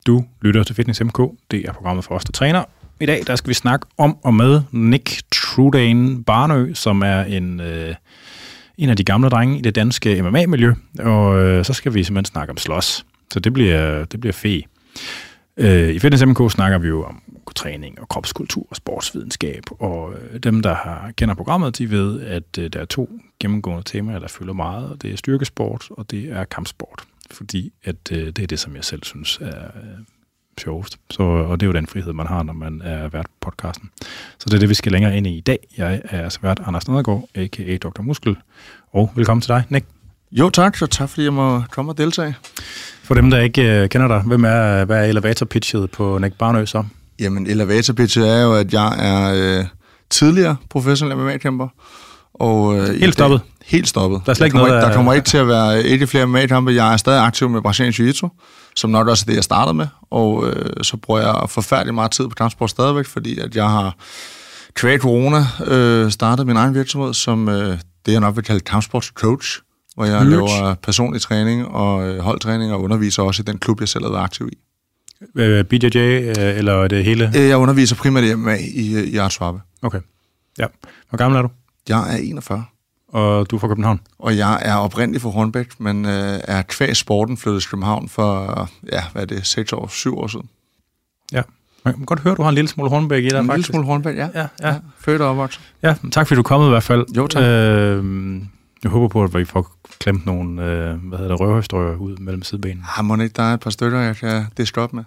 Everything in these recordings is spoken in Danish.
Du lytter til Fitness MK. Det er programmet for os, der træner. I dag der skal vi snakke om og med Nick Trudane Barnø, som er en af de gamle drenge i det danske MMA-miljø. Og så skal vi simpelthen snakke om slås. Så det bliver fedt. I Fitness MK snakker vi jo om træning og kropskultur og sportsvidenskab. Og dem, der kender programmet, de ved, at der er 2 gennemgående temaer, der fylder meget. Og det er styrkesport, og det er kampsport. Fordi at det er det, som jeg selv synes er sjovest. Og det er jo den frihed, man har, når man er vært på podcasten. Så det er det, vi skal længere ind i dag. Jeg er altså vært Anders Nedergaard, a.k.a. Dr. Muskel. Og velkommen til dig, Nick. Jo, tak. Så tak, fordi jeg må komme og deltage. For dem, der ikke kender dig, hvad er elevator-pitchet på Nick Barnø så? Jamen, elevator-pitchet er jo, at jeg er tidligere professionel MMA-kæmper. Og, helt stoppet? Helt stoppet. Der er slet ikke noget, der kommer ikke til at være et af flere MMA-kampe. Jeg er stadig aktiv med Brazilian Jiu-Jitsu, som nok også er det, jeg startede med. Og så bruger jeg forfærdelig meget tid på kampsport stadigvæk, fordi at jeg har kvæg corona startet min egen virksomhed, som det jeg nok vil kalde kampsportscoach, hvor jeg laver personlig træning og holdtræning og underviser også i den klub, jeg selv er aktiv i. BJJ eller det hele? Jeg underviser primært i MMA i Artsvarpe. Okay. Ja. Hvor gammel er du? Jeg er 41. Og du er fra København? Og jeg er oprindelig fra Hornbæk, men er kvæg sporten flyttet til København for, 7 år siden. Ja. Man kan godt høre, at du har en lille smule Hornbæk i dig, faktisk. En lille smule Hornbæk, ja. Født og opvokset. Ja, tak fordi du er kommet i hvert fald. Jo, tak. Jeg håber på, at vi får klemt nogle røverhistorier ud mellem sidebenene. Må ikke, der er et par stykker, jeg kan diske op med.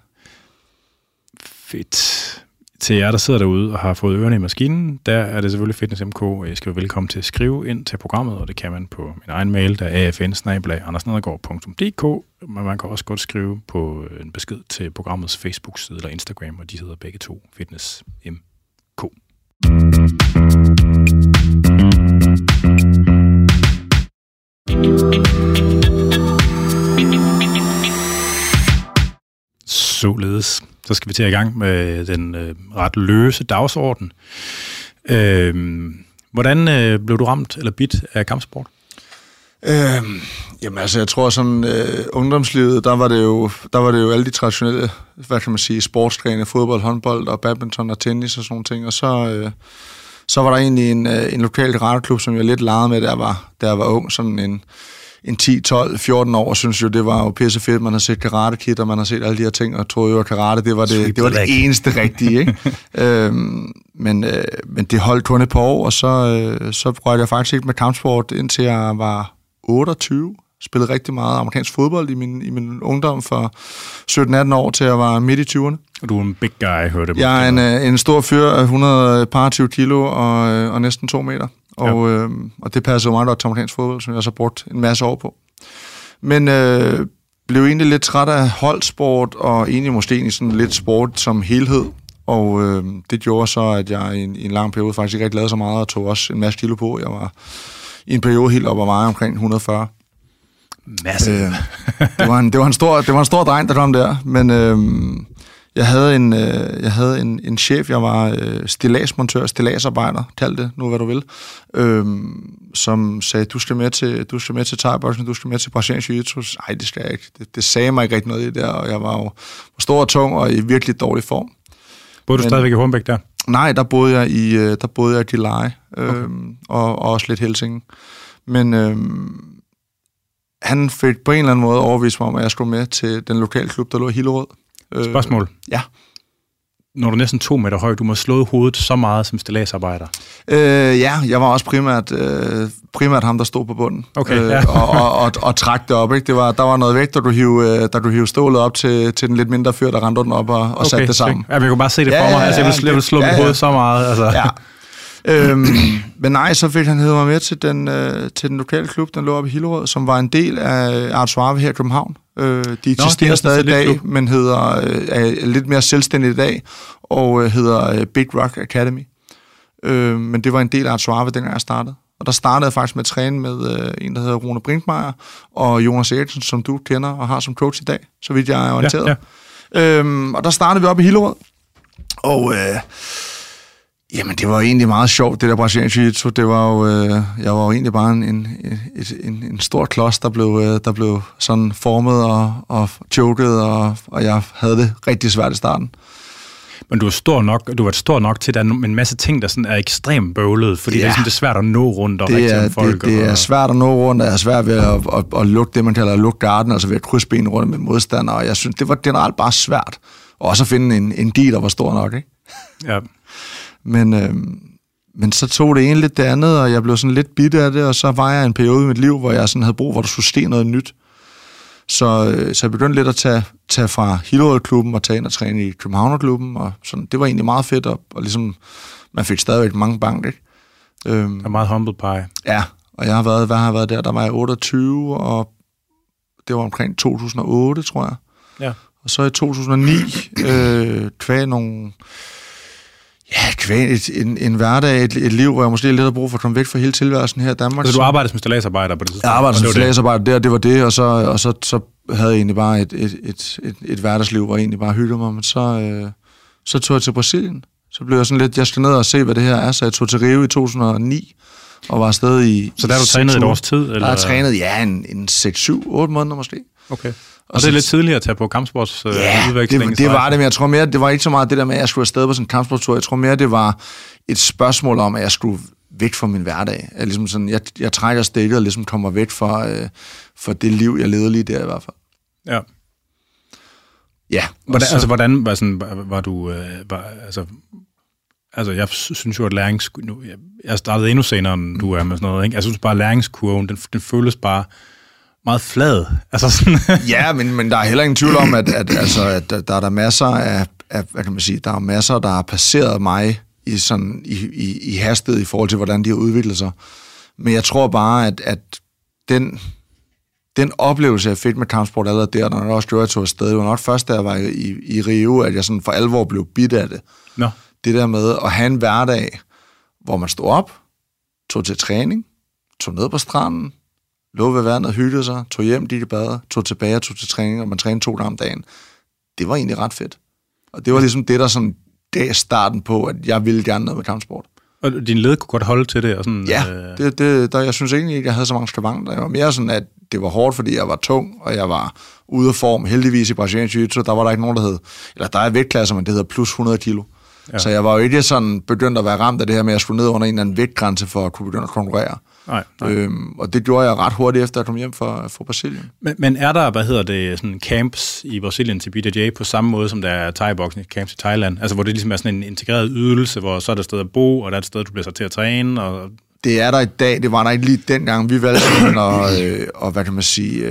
Fedt. Til jer, der sidder derude og har fået ørerne i maskinen, der er det selvfølgelig Fitness MK. Jeg skal være velkommen til at skrive ind til programmet, og det kan man på min egen mail, der er afn@andersnedergaard.dk, men man kan også godt skrive på en besked til programmets Facebook-side eller Instagram, og de hedder begge to Fitness MK. Således. Så skal vi til i gang med den ret løse dagsorden. Hvordan blev du ramt eller bidt af kampsport? Jamen altså, jeg tror sådan ungdomslivet, der var det jo alle de traditionelle, hvad kan man sige, sportsgrene, fodbold, håndbold og badminton og tennis og sådan nogle ting. Og så var der egentlig en lokal karateklub, som jeg lidt legede med, da jeg var ung, sådan en 10, 12, 14 år, synes jo, det var jo pisse fedt. Man har set Karate Kid, og man har set alle de her ting, og troede jo, at karate, det var det eneste rigtige, ikke? Men det holdt kun et par år, og så rørte jeg faktisk ikke med kampsport, indtil jeg var 28. Spillede rigtig meget amerikansk fodbold i min ungdom for 17-18 år, til jeg var midt i 20'erne. Og du er en big guy, hørte jeg. Jeg er en stor fyr af 120 kilo og næsten 2 meter. Og det passede meget godt til amerikansk fodbold, som jeg så brugt en masse år på. Men blev egentlig lidt træt af holdsport, og egentlig måske sådan lidt sport som helhed. Og det gjorde så, at jeg i en lang periode faktisk ikke rigtig lavede så meget, og tog også en masse kilo på. Jeg var i en periode helt op og veje omkring 140. Masse. Det var en stor dreng, der kom der, men jeg havde en chef, jeg var stilladsmontør, stilladsarbejder, kald det nu, hvad du vil, som sagde, du skal med til thai-boxing, du skal med til Brazilian Jiu-Jitsu. Nej, det skal jeg ikke. Det sagde mig ikke rigtig noget i det der, og jeg var jo stor og tung og i virkelig dårlig form. Boede du stadigvæk i Hornbæk der? Nej, der boede jeg i Gilleleje, og også lidt Helsingen. Men han fik på en eller anden måde overvist mig om, at jeg skulle med til den lokale klub, der lå i Hillerød. Spørgsmål? Ja. Når du er næsten 2 meter høj, du må slå hovedet så meget som stilladsarbejder. Ja, jeg var også primært ham, der stod på bunden. Okay, og trak det op. Ikke? Der var noget vægt, da du hiv stålet op til den lidt mindre fyr, der rendte den op og satte det sammen. Ja, jeg kunne bare se det for mig. Altså, jeg ville slå mit hoved så meget. Altså. Ja. Men nej, så fik han heddet mig med til den lokale klub, den lå oppe i Hillerød, som var en del af Artsvarpe her i København. De eksisterer stadig i dag, men er lidt mere selvstændigt i dag, og hedder Big Rock Academy. Men det var en del af Artsvarpe, dengang jeg startede. Og der startede jeg faktisk med at træne med en, der hedder Rune Brinkmeier, og Jonas Eriksen, som du kender og har som coach i dag, så vidt jeg er orienteret. Ja. Og der startede vi op i Hillerød. Og Jamen, det var egentlig meget sjovt, det der brasiliansk jiu-jitsu. Det var jo, jeg var jo egentlig bare en stor klods, der blev sådan formet og choket, og jeg havde det rigtig svært i starten. Men du var stor nok til, at der er en masse ting, der sådan er ekstremt bøvlet, fordi det er ligesom det er svært at nå rundt og rigtig om folk. Det er svært at nå rundt, og jeg er svært ved at lukke det, man kalder lukke garden, altså ved at krydse ben rundt med modstandere, og jeg synes, det var generelt bare svært. Og også at finde en deal, der var stor nok, ikke? Ja. Men så tog det ene lidt det andet, og jeg blev sådan lidt bidt af det, og så var jeg en periode i mit liv, hvor jeg sådan havde brug for, at der skulle ske noget nyt. Så jeg begyndte lidt at tage fra Hillerød-klubben og tage ind og træne i Københavner-klubben, og sådan, det var egentlig meget fedt, og ligesom, man fik stadigvæk mange bank, ikke? Det er meget humble pie. Ja, og jeg har været der var jeg 28, og det var omkring 2008, tror jeg. Ja. Og så i 2009, kvæg nogle... Ja, kvæg en hverdag, et liv, hvor jeg måske lidt har brug for at komme væk fra hele tilværelsen her i Danmark. Så du arbejdede som stilladsarbejder på det tidspunkt? Jeg arbejdede som stilladsarbejder der, det var det, og så havde jeg egentlig bare et hverdagsliv, hvor jeg egentlig bare hyggede mig, men så tog jeg til Brasilien. Så blev jeg sådan lidt, jeg skal ned og se, hvad det her er, så jeg tog til Rio i 2009, og var afsted i... Så der har du trænet et års tid? Eller? Der har jeg trænet, ja, en 6-7-8 måneder måske. Okay. Og det er lidt tidligere at tage på kampsportsudveksling? Det var det, men jeg tror mere, det var ikke så meget det der med, at jeg skulle afsted på sådan en kampsportstur. Jeg tror mere, det var et spørgsmål om, at jeg skulle væk fra min hverdag. Jeg, ligesom sådan, jeg trækker stikket og ligesom kommer væk fra det liv, jeg levede lige der i hvert fald. Ja. Ja. Hvordan var du... Altså, jeg synes jo, at jeg startede endnu senere, end du er med sådan noget, ikke? Jeg synes bare, at læringskurven, den føles bare meget flad. Altså sådan. Ja, men der er heller ingen tvivl om, at der er der masser af, hvad kan man sige, der er masser, der har passeret mig i hastighed i forhold til, hvordan de har udviklet sig. Men jeg tror bare, at den oplevelse, jeg fik med kampsport allerede der, når jeg også gjorde, at jeg tog afsted, det var nok først, da jeg var i Rio, at jeg sådan for alvor blev bidt af det. Nå. Det der med at have en hverdag, hvor man stod op, tog til træning, tog ned på stranden, lå ved vandet, hyggede sig, tog hjem, gik i bad, tog tilbage og tog til træning, og man trænede 2 gange om dagen. Det var egentlig ret fedt. Og det var ligesom det, der sådan, det er starten på, at jeg ville gerne noget med kampsport. Og din led kunne godt holde til det? Og sådan, ja, jeg synes egentlig ikke, jeg havde så mange skavanker. Jeg var mere sådan, at det var hårdt, fordi jeg var tung, og jeg var ude af form. Heldigvis i brasiliansk jiu-jitsu, der var der ikke nogen, der hed, eller der er vægtklasser, men det hedder plus 100 kilo. Ja. Så jeg var jo ikke sådan begyndt at være ramt af det her med, at jeg skulle ned under en eller anden vægtgrænse for at kunne begynde at konkurrere. Nej. Og det gjorde jeg ret hurtigt efter at komme hjem fra Brasilien. Men er der, sådan camps i Brasilien til BJJ på samme måde, som der er thai-boxing camps i Thailand? Altså hvor det ligesom er sådan en integreret ydelse, hvor så er der et sted at bo, og der er et sted, du bliver så til at træne? Og... Det er der i dag. Det var der ikke lige dengang. Vi valgte og hvad kan man sige...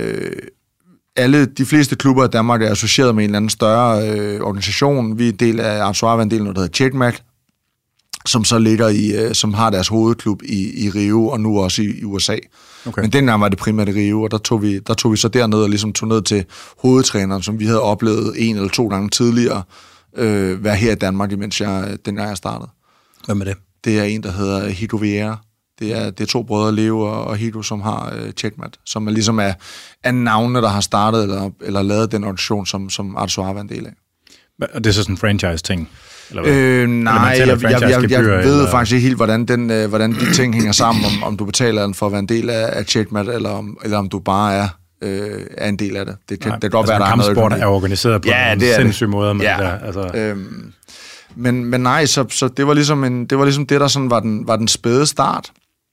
de fleste klubber i Danmark er associeret med en eller anden større organisation. Vi er en del af Artois, en del af noget, der hedder Checkmat, som så ligger som har deres hovedklub i Rio, og nu også i USA. Okay. Men dengang var det primært i Rio, og der tog vi så derned og ligesom tog ned til hovedtræneren, som vi havde oplevet 1 eller 2 gange tidligere, være her i Danmark, dengang jeg startede. Hvem er det? Det er en, der hedder Hito Vieira. Det er 2 brødre, Leo og Hito, som har Checkmat, som ligesom er navnene, der har startet eller lavet den organisation, som Artois var en del af. Og det er så sådan en franchise-ting? Nej, jeg ved faktisk ikke helt, hvordan de ting hænger sammen, om du betaler den for at være en del af Checkmat, eller om du bare er en del af det. Det kan godt være, der er noget... Kampsport er organiseret på en sindssyg måde. Med det der, altså. Men nej, så det var ligesom det, der sådan var den spæde start.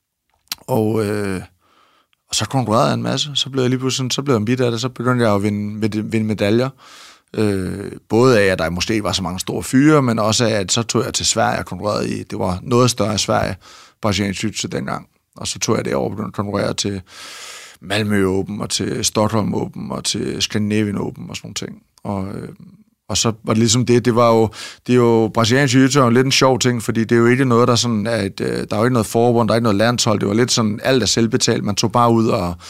Og så konkurrerede jeg en masse. Så blev jeg en bit af det. Så begyndte jeg at vinde medaljer. Både af, at der måske var så mange store fyre, men også af, at så tog jeg til Sverige og konkurrerede i. Det var noget større i Sverige, brasiliansk jiu-jitsu dengang. Og så tog jeg det over og begyndte at konkurrere til Malmö Open, og til Stockholm Open, og til Scandinavian Open og sådan nogle ting. Og så var det ligesom det er jo brasiliansk jiu-jitsu er jo lidt en sjov ting, fordi det er jo ikke noget, der sådan er der er jo ikke noget forbund, der er ikke noget landshold, det var lidt sådan, alt er selvbetalt, man tog bare ud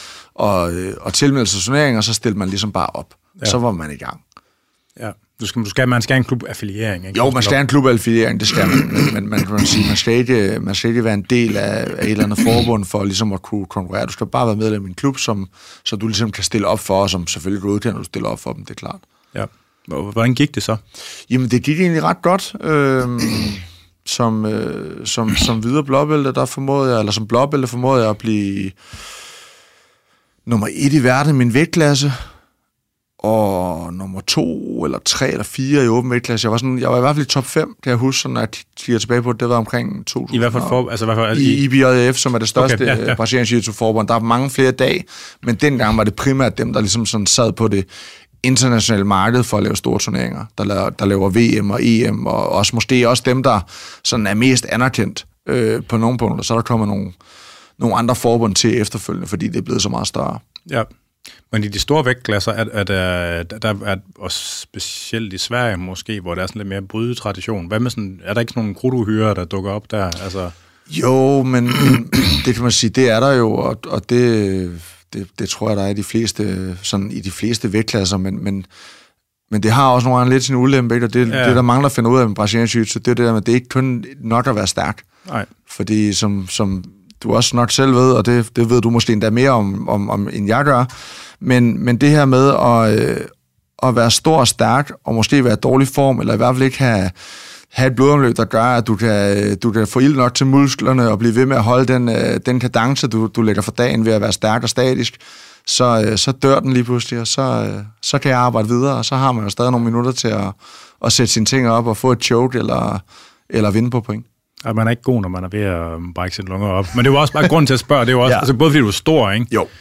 og tilmeldte sig turneringer, og så stillede man ligesom bare op. Ja. Så var man i gang. Ja, man skal have en klubaffiliering, ikke? Jo, man skal have en klubaffiliering, det skal man, men man kan sige, man skal ikke være en del af et eller andet forbund for ligesom at kunne konkurrere. Du skal bare være medlem i en klub, så du ligesom kan stille op for, og som selvfølgelig godkender, du stiller op for dem, det er klart. Ja. Hvordan gik det så? Jamen, det gik egentlig ret godt. som videre blåbælte, der formåede jeg, eller som blåbælte formåede jeg at blive nummer 1 i verden i min vægtklasse, og nummer 2 eller 3 eller 4 i åben vægtklasse. Jeg var i hvert fald i top 5, kan jeg huske, sådan at jeg tilbage på det, var omkring 2000. I hvert fald i IBJF, som er det største brasilianske jiu-jitsu-forbund. Der er mange flere dage, men dengang var det primært dem, der ligesom sådan sad på det internationale marked for at lave store turneringer, der laver VM og EM, og måske også dem, der sådan er mest anerkendt på nogle punkter. Så der kommer nogle andre forbund til efterfølgende, fordi det er blevet så meget større. Ja, men i de store vægtklasser er der også specielt i Sverige måske, hvor der er sådan lidt mere brydetradition. Hvad med sådan, er der ikke sådan nogle krudtuhyrer, der dukker op der? Altså... Jo, men det kan man sige, det er der jo, og det tror jeg, der er i de fleste, sådan i de fleste vægtklasser, men det har også nogle andre lidt sin ulempe, og det der mangler at finde ud af med brasiliansk jiu-jitsu, det er det der med, det er ikke kun nok at være stærk. Nej. Fordi som du også nok selv ved, og det ved du måske endda mere om end jeg gør, men det her med at være stor og stærk, og måske være i dårlig form, eller i hvert fald ikke have et blodomløb, der gør, at du kan få ild nok til musklerne, og blive ved med at holde den kadence, du lægger for dagen ved at være stærk og statisk, så dør den lige pludselig, og så kan jeg arbejde videre, og så har man jo stadig nogle minutter til at sætte sine ting op, og få et choke, eller vinde på point. At man er ikke god, når man er ved at brække sine lunger op. Men det er jo også bare grund til at spørge, det er jo også, altså både fordi du er stor, ikke? Jo.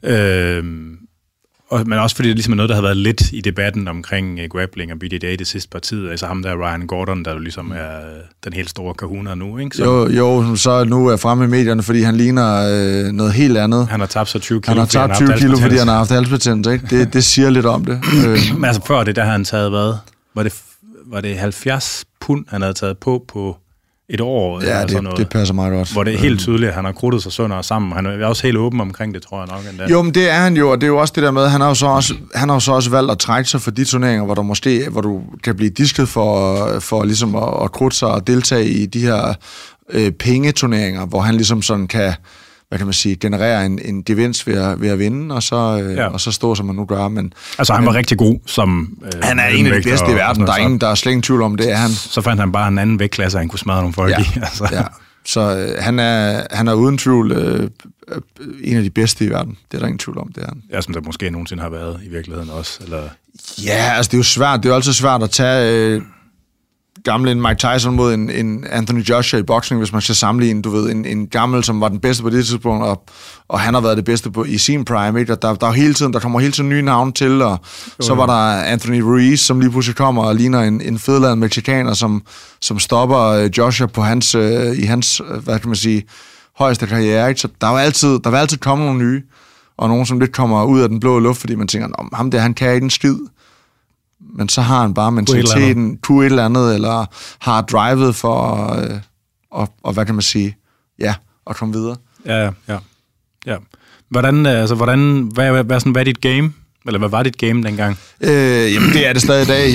Men også fordi det ligesom er noget, der har været lidt i debatten omkring grappling og BJJ det sidste par tid, altså ham der Ryan Gordon, der jo ligesom er den helt store kahuna nu, ikke? Jo, så nu er fremme i medierne, fordi han ligner noget helt andet. Han har tabt sig 20 kilo, han har tabt 20 kilo, fordi han har haft halsbetændelse, ikke? Det siger lidt om det. Men altså før det, der havde han taget hvad? Var det 70 pund, han havde taget på et år? Ja, det passer meget godt. Hvor det er helt tydeligt, at han har krudtet sig sønder sammen. Han er også helt åben omkring det, tror jeg nok endda. Jo, men det er han jo, og det er jo også det der med, han har jo så også valgt at trække sig for de turneringer, hvor du kan blive disket for ligesom at krudte sig og deltage i de her pengeturneringer, hvor han ligesom sådan kan, hvad kan man sige, generere en gevinst ved at vinde, og så stå, som man nu gør. Men, han var rigtig god som... han er en af de bedste i verden. Der er ingen, der er slet ingen tvivl om det. Er han. Så fandt han bare en anden vægtklasse, han kunne smadre nogle folk i. Altså. Ja. Så han er uden tvivl en af de bedste i verden. Det er der ingen tvivl om, det er han. Ja, som der måske nogensinde har været i virkeligheden også. Eller... Ja, altså det er jo svært. Det er jo altid svært at tage... gamle en Mike Tyson mod en Anthony Joshua i boksning, hvis man skal sammenligne, du ved, en gammel, som var den bedste på det tidspunkt, og han har været det bedste i sin prime, ikke? Og der kommer hele tiden nye navne til, og så var der Anthony Ruiz, som lige pludselig kommer og ligner en fedladet mexikaner, som stopper Joshua på i hans, hvad kan man sige, højeste karriere, ikke? Så der vil altid komme nogle nye, og nogen, som lidt kommer ud af den blå luft, fordi man tænker, ham der, han kan ikke en skid. Men så har han bare mentaliteten, kunne et eller andet, eller har drivet for og hvad kan man sige, at komme videre. Ja. Hvad er dit game? Eller hvad var dit game dengang? Jamen, det er det stadig i dag.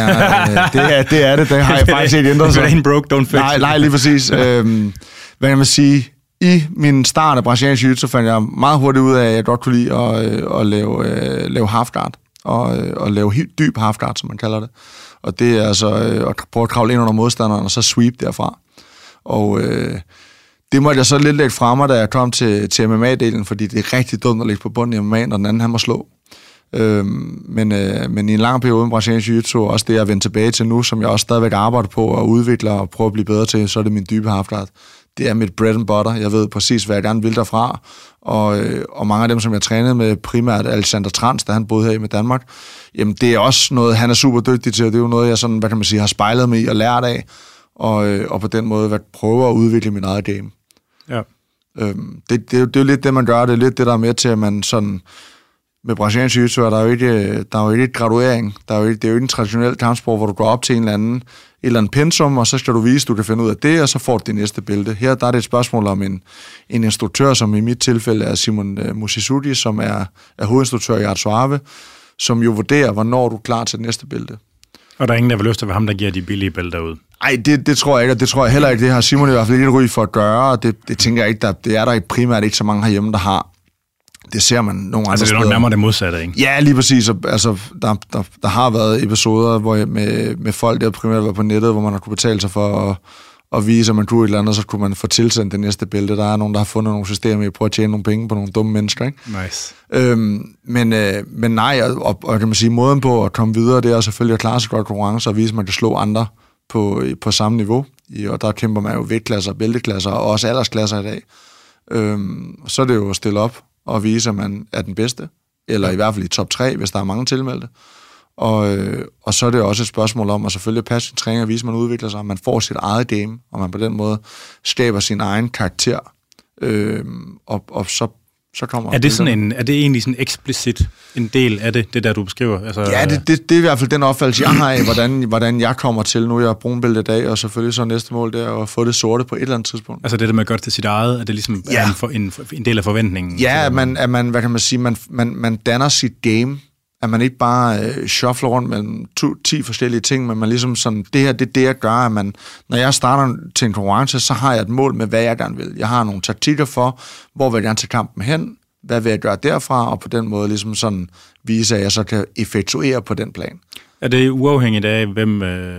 Det er det. Det har jeg faktisk ikke ændret sig. If it ain't broke, don't fix it. Nej, lige præcis. Hvad kan man sige? I min start af brasiliansk jiu-jitsu fandt jeg meget hurtigt ud af, at jeg godt kunne lide at lave half guard. Og lave helt dyb half guard, som man kalder det. Og det er altså at prøve at kravle ind under modstanderen, og så sweep derfra. Og det måtte jeg så lidt lægge fra mig, da jeg kom til MMA-delen, fordi det er rigtig dumt at ligge på bunden i MMA, når den anden han må slå. Men i en lang periode med brasiliansk jiu-jitsu, også det jeg vender tilbage til nu, som jeg også stadigvæk arbejder på og udvikler og prøver at blive bedre til, så er det min dybe half guard. Det er mit bread and butter. Jeg ved præcis, hvad jeg gerne vil derfra. Og mange af dem, som jeg trænede med, primært Alexander Trans, da han boede her i Danmark, jamen det er også noget, han er super dygtig til, og det er jo noget, jeg sådan, hvad kan man sige, har spejlet mig i og lært af, og på den måde prøver at udvikle min eget game. Ja. Det er jo lidt det, man gør. Det er lidt det, der er med til, at man sådan... Med brasiliansk jiu-jitsu der er jo ikke et graduering. Det er jo ikke en traditionel kampsport, hvor du går op til et eller andet pensum, og så skal du vise, at du kan finde ud af det, og så får du det næste bælte. Her der er det et spørgsmål om en instruktør, som i mit tilfælde er Simon Musisuti, som er hovedinstruktør i Art Suave, som jo vurderer, hvornår du er klar til det næste bælte. Og der er ingen, der vil lyst til at være ham, der giver de billige bælter ud? Nej, det tror jeg ikke, og det tror jeg heller ikke. Det har Simon i hvert fald ikke et ry for at gøre, og det tænker jeg ikke, det er der ikke primært ikke så mange herhjemme, der har. Det ser man nogle andre steder. Det er nok nærmere det modsatte, ikke? Ja, lige præcis. Altså, der har været episoder hvor med folk, der primært var på nettet, hvor man har kunne betale sig for og vise, at man kunne et eller andet, så kunne man få tilsendt det næste bælte. Der er nogen, der har fundet nogle systemer i at prøve at tjene nogle penge på nogle dumme mennesker, ikke? Nice. Men nej, og kan man sige, måden på at komme videre, det er selvfølgelig at klare sig godt konkurrence og vise, at man kan slå andre på samme niveau. Og der kæmper man jo vægtklasser, bælteklasser og også aldersklasser i dag. Så er det jo at stille op og vise, at man er den bedste, eller i hvert fald i top 3, hvis der er mange tilmeldte. Og så er det også et spørgsmål om at selvfølgelig passe sin træning og vise, at man udvikler sig, at man får sit eget game, og man på den måde skaber sin egen karakter. Og så kommer... Er det egentlig sådan eksplicit en del af det der, du beskriver? Altså, ja, det er i hvert fald den opfattelse, jeg har af, hvordan jeg kommer til. Nu er jeg brunbælte i dag, og selvfølgelig så næste mål, det er at få det sorte på et eller andet tidspunkt. Altså det der med at gøre det til sit eget, er det ligesom en del af forventningen? Ja, at man hvad kan man sige, man danner sit game, at man ikke bare shuffler rundt mellem 10 forskellige ting, men man ligesom sådan, det her, det er det, jeg gør, at man, når jeg starter til en konkurrence, så har jeg et mål med, hvad jeg gerne vil. Jeg har nogle taktikker for, hvor vil jeg gerne tage kampen hen, hvad vil jeg gøre derfra, og på den måde ligesom sådan vise, at jeg så kan effektuere på den plan. Er det uafhængigt af, hvem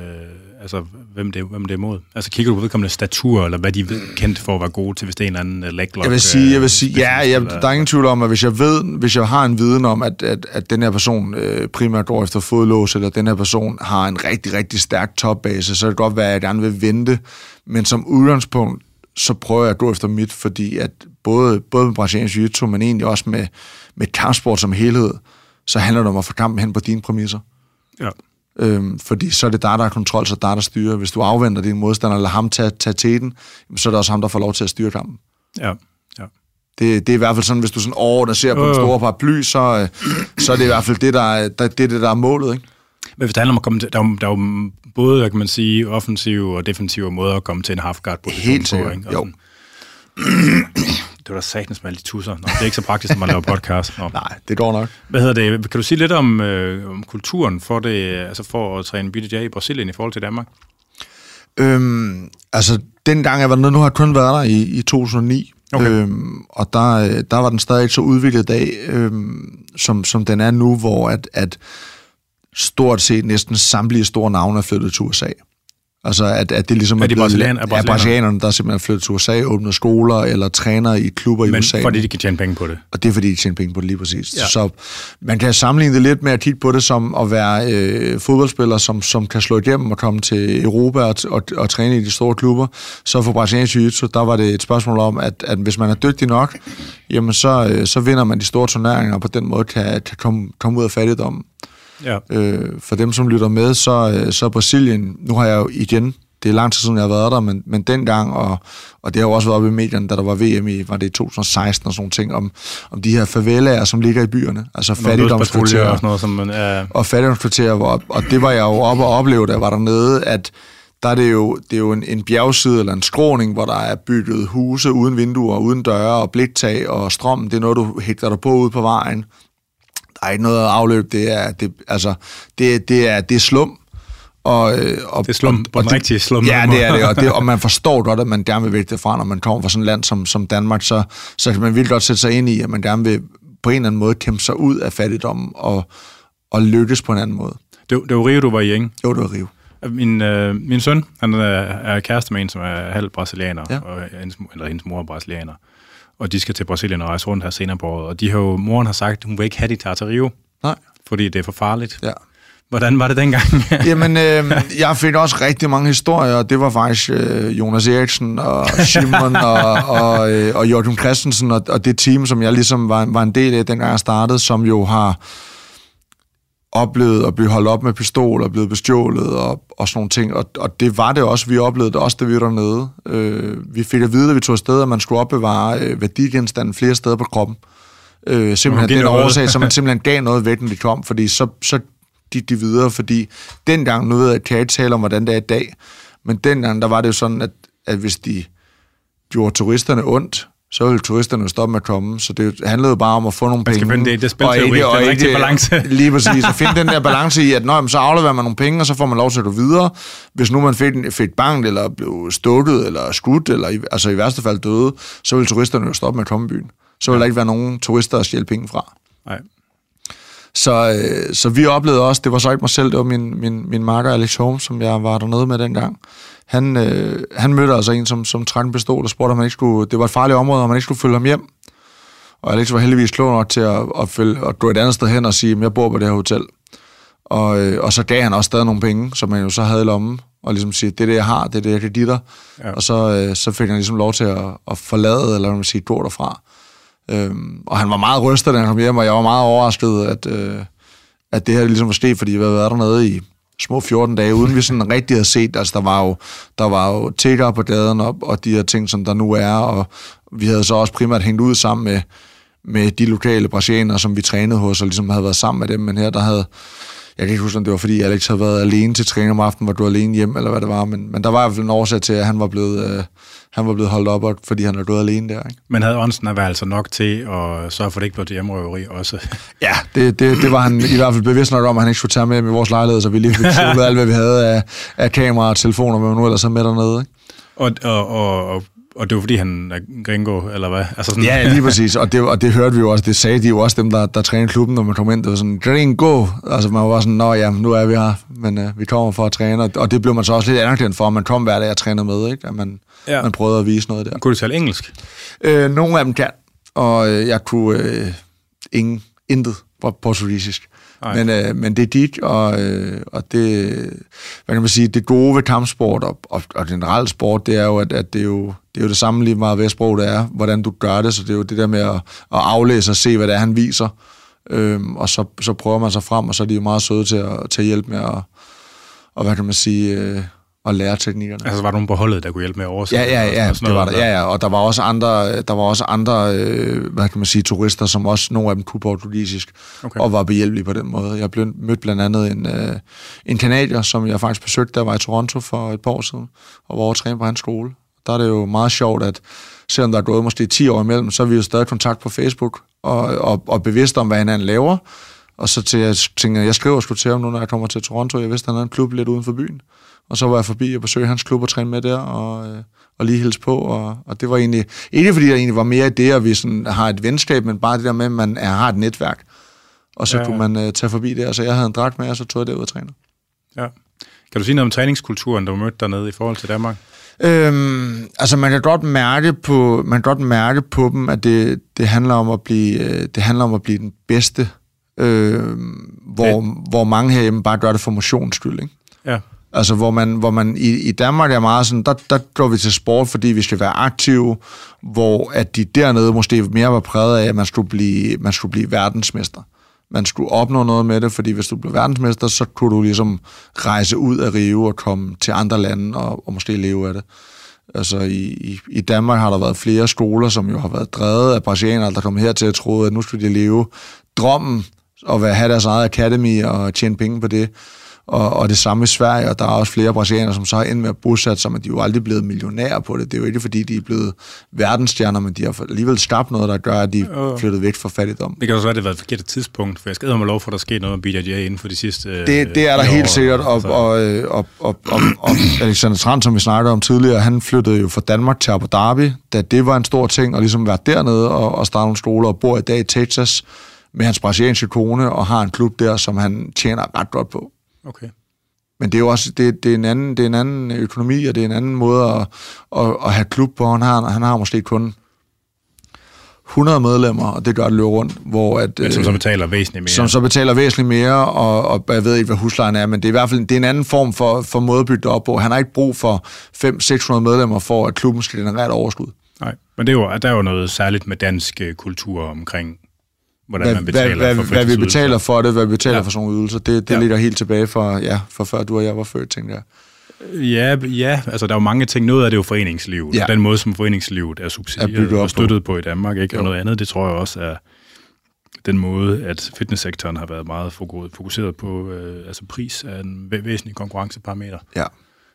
det er imod? Altså kigger du på vedkommende statur, eller hvad de er kendt for at være gode til, hvis det er en eller anden leglock? Jeg vil sige, der er ingen tvivl om, at hvis jeg har en viden om, at den her person primært går efter fodlås, eller den her person har en rigtig, rigtig stærk topbase, så er det godt være, at jeg gerne vil vente. Men som udgangspunkt, så prøver jeg at gå efter mit, fordi at både med brasiliansk jiu-jitsu, men egentlig også med kampsport som helhed, så handler det om at få kampen hen på dine præmisser. Ja. Fordi så er det der er kontrol, så der styrer. Hvis du afventer din modstander, eller ham tage teten, så er det også ham, der får lov til at styre kampen. Ja. Det er i hvert fald sådan, hvis du sådan overordnet ser på en stor paraply, så er det i hvert fald det, der er målet, ikke? Men hvis det handler om at komme til, der er jo både, kan man sige, offensive og defensive måder at komme til en half-guard-position. Helt sikkert, jo. Det var da satans med alle de tusser. Det er ikke så praktisk, når man laver podcast. Nej, det går nok. Hvad hedder det? Kan du sige lidt om kulturen for det, altså for at træne BJJ i Brasilien i forhold til Danmark? Altså, dengang jeg var nede, nu har jeg kun været der i 2009. Okay. Og der var den stadig ikke så udviklet dag, som den er nu, hvor at stort set næsten samtlige store navne er flyttet til USA. Altså, at det ligesom er brasilianerne, der er simpelthen flyttet til USA, åbnet skoler eller træner i klubber i USA. Men fordi de kan tjene penge på det. Og det er fordi, de tjener penge på det lige præcis. Ja. Så man kan sammenligne det lidt med at kigge på det som at være fodboldspiller, som kan slå igennem og komme til Europa og træne i de store klubber. Så for brasiliansk jiu-jitsu, der var det et spørgsmål om, at hvis man er dygtig nok, jamen så vinder man de store turneringer, og på den måde kan komme ud af fattigdommen. Ja. For dem, som lytter med, så Brasilien, nu har jeg jo igen, det er lang tid siden, jeg har været der, men dengang, og det har jo også været oppe i medierne, da der var VM var det i 2016 og sådan nogle ting, om de her favelaer, som ligger i byerne, altså fattigdomskvarterer og fattigdomskvarterer, og det var jeg jo oppe og opleve, da jeg var dernede, at der er det er jo en bjergside eller en skråning, hvor der er bygget huse uden vinduer, uden døre og bliktag og strøm, det er noget, du hægter dig på ude på vejen. Der er ikke noget afløb, det er slum. Og det er slum på den rigtige slum. Ja, det er det, og man forstår godt, at man gerne vil vække det fra, når man kommer fra sådan et land som Danmark, så kan man virkelig godt sætte sig ind i, at man gerne vil på en eller anden måde kæmpe sig ud af fattigdommen og lykkes på en anden måde. Det var Rio, du var i, ikke? Jo, det var Rio. Min søn, han er kæreste med en, som er halv brasilianer, ja. Eller hendes mor er brasilianer. Og de skal til Brasilien og rejse rundt her senere på året. Og moren har sagt, hun vil ikke have de tager til Rio. Nej. Fordi det er for farligt. Ja. Hvordan var det dengang? Jamen, jeg fik også rigtig mange historier, og det var faktisk Jonas Eriksen og Simon og Joachim Christensen og det team, som jeg ligesom var en del af, dengang jeg startede, som jo har oplevet at blive holdt op med pistol og blevet bestjålet og sådan nogle ting. Og det var det også. Vi oplevede det også, da vi var dernede. Vi fik at vide, at vi tog afsted, at man skulle opbevare værdigenstande flere steder på kroppen. Simpelthen den årsag, så man simpelthen gav noget væk, når de kom, fordi så gik de videre, fordi dengang, nu ved jeg, kan jeg ikke tale om, hvordan det er i dag, men dengang, der var det jo sådan, at hvis de gjorde turisterne ondt, så ville turisterne jo stoppe med at komme, så det handlede jo bare om at få nogle penge. Man skal finde det spilteori, den rigtige balance. Lige præcis, at finde den der balance i, at så afleverer man nogle penge, og så får man lov til at gå videre. Hvis nu man fik bank, eller blev stukket, eller skudt, eller altså i værste fald døde, så ville turisterne jo stoppe med at komme i byen. Så ville der ikke være nogen turister at stjæle penge fra. Nej. Så vi oplevede også, det var så ikke mig selv, det var min makker Alex Holmes, som jeg var dernede med dengang. han mødte altså en, som trak en pistol og spurgte, om han ikke skulle, det var et farligt område, og man ikke skulle følge ham hjem. Og Alex var heldigvis klog nok til at gå et andet sted hen og sige, at jeg bor på det her hotel. Og så gav han også stadig nogle penge, som man jo så havde i lommen, og ligesom sige, det er det, jeg har, det er det, jeg kan give dig. Ja. Og så fik han ligesom lov til at forlade, eller man sige, gå derfra. Og han var meget rystet, da han kom hjem, og jeg var meget overrasket, at det her ligesom var sket, fordi vi havde været dernede i små 14 dage, uden vi sådan rigtig havde set. Altså, der var jo tiggere på gaden op, og de her ting, som der nu er, og vi havde så også primært hængt ud sammen med de lokale brasilianere, som vi trænede hos, og ligesom havde været sammen med dem, men her, der havde... Jeg kan ikke huske, om det var, fordi Alex havde været alene til træning om aftenen, var du alene hjem, eller hvad det var, men der var i hvert fald en årsag til, at han var blevet holdt op, fordi han havde gået alene der. Ikke? Men havde Onsen været altså nok til at sørge for, det ikke blev til hjemmerøveri også? Ja, det var han i hvert fald bevidst nok om, at han ikke skulle tage med i vores lejlighed, så vi lige fik sluttet alt, hvad vi havde af kameraer og telefoner, hvad man nu ellers så med dernede. Ikke? Og det var fordi, han er gringo, eller hvad? Altså sådan. Ja, lige præcis. Og det hørte vi jo også. Det sagde de jo også, dem, der trænede klubben, når man kom ind. Det var sådan, gringo. Altså man var sådan, nå ja, nu er vi her. Men vi kommer for at træne. Og det blev man så også lidt anerkendt for, at man kom hver dag og trænede med. Ikke? At man prøvede at vise noget der. Kunne du tale engelsk? Nogle af dem kan. Og jeg kunne intet portugisisk. Men det gik, og det, hvad kan man sige, det gode ved kampsport og generelt sport, det er jo, at det er jo det samme lige meget ved sprog, det er, hvordan du gør det, så det er jo det der med at aflæse og se, hvad det er, han viser, og så prøver man sig frem, og så er de jo meget søde til at hjælpe med at hvad kan man sige, at lære teknikkerne. Altså var der nogen på holdet, der kunne hjælpe med at oversætte? Ja, det var der. Ja, og der var også andre, hvad kan man sige, turister, som også nogle af dem kunne portugisisk, og var behjælpelige på den måde. Jeg blev mødt blandt andet en canadier, som jeg faktisk besøgte, der var i Toronto for et par år siden, og var over at træne på hans skole. Der er det jo meget sjovt, at selvom der er gået måske 10 år imellem, så er vi jo stadig i kontakt på Facebook, og bevidst om, hvad hinanden laver. Og så tænkte jeg skriver sgu til ham nu, når jeg kommer til Toronto. Jeg vidste, han havde en klub lidt uden for byen. Og så var jeg forbi og besøgte hans klub og træne med der, og lige hilse på. Og det var egentlig, ikke fordi der egentlig var mere i det, at vi sådan har et venskab, men bare det der med, at man har et netværk. Og så kunne man tage forbi der. Så jeg havde en dragt med, og så tog jeg derud og træne. Ja. Kan du sige noget om træningskulturen, der mødte dernede i forhold til Danmark? Altså man kan godt mærke på dem, at det handler om at blive den bedste, hvor mange herhjemme bare gør det for motions skyld, ikke? Ja. Altså hvor man i Danmark er meget sådan, der går vi til sport, fordi vi skal være aktive, hvor at de dernede måske mere var præget af, at man skulle blive verdensmester. Man skulle opnå noget med det, fordi hvis du blev verdensmester, så kunne du ligesom rejse ud af Rio og komme til andre lande og måske leve af det. Altså i Danmark har der været flere skoler, som jo har været drevet af brasilianere, der kom hertil og troede, at nu skulle de leve drømmen og have deres eget academy og tjene penge på det. Og det samme i Sverige, og der er også flere brasilianere, som så har endt med at bosætte sig, men de er jo aldrig blevet millionærer på det. Det er jo ikke, fordi de er blevet verdensstjerner, men de har alligevel skabt noget, der gør, at de er flyttet væk fra fattigdom. Det kan også være, at det har været et forkert tidspunkt, for jeg skal lov for, at der sker noget med BJJ inden for de sidste det er der helt sikkert, og Alexander Strand, som vi snakkede om tidligere, han flyttede jo fra Danmark til Abu Dhabi, da det var en stor ting, og ligesom være dernede og starte nogle skoler, og bor i dag i Texas med hans brasilianske kone, og har en klub der, som han tjener ret godt på. Okay. Men det er jo også det er en anden økonomi, og det er en anden måde at have klub på. Han har måske kun 100 medlemmer, og det gør det løber rundt, hvor at som så betaler væsentligt mere. Som så betaler væsentligt mere, og jeg ved ikke, hvad huslejen er, men det er i hvert fald en anden form for måde at bygge det op på. Han har ikke brug for 500-600 medlemmer for, at klubben skal generere et overskud. Nej, men der er jo noget særligt med dansk kultur omkring hvordan man betaler for hvad vi betaler for det, hvad vi betaler for sådan nogle ydelser, det ligger helt tilbage for før du og jeg var født, tænker jeg. Ja, altså der er jo mange ting. Noget af det er jo foreningslivet, og den måde, som foreningslivet er subsidieret og støttet på i Danmark, ikke? Og noget andet, det tror jeg også er den måde, at fitnesssektoren har været meget fokuseret på, altså pris er en væsentlig konkurrenceparameter. Ja.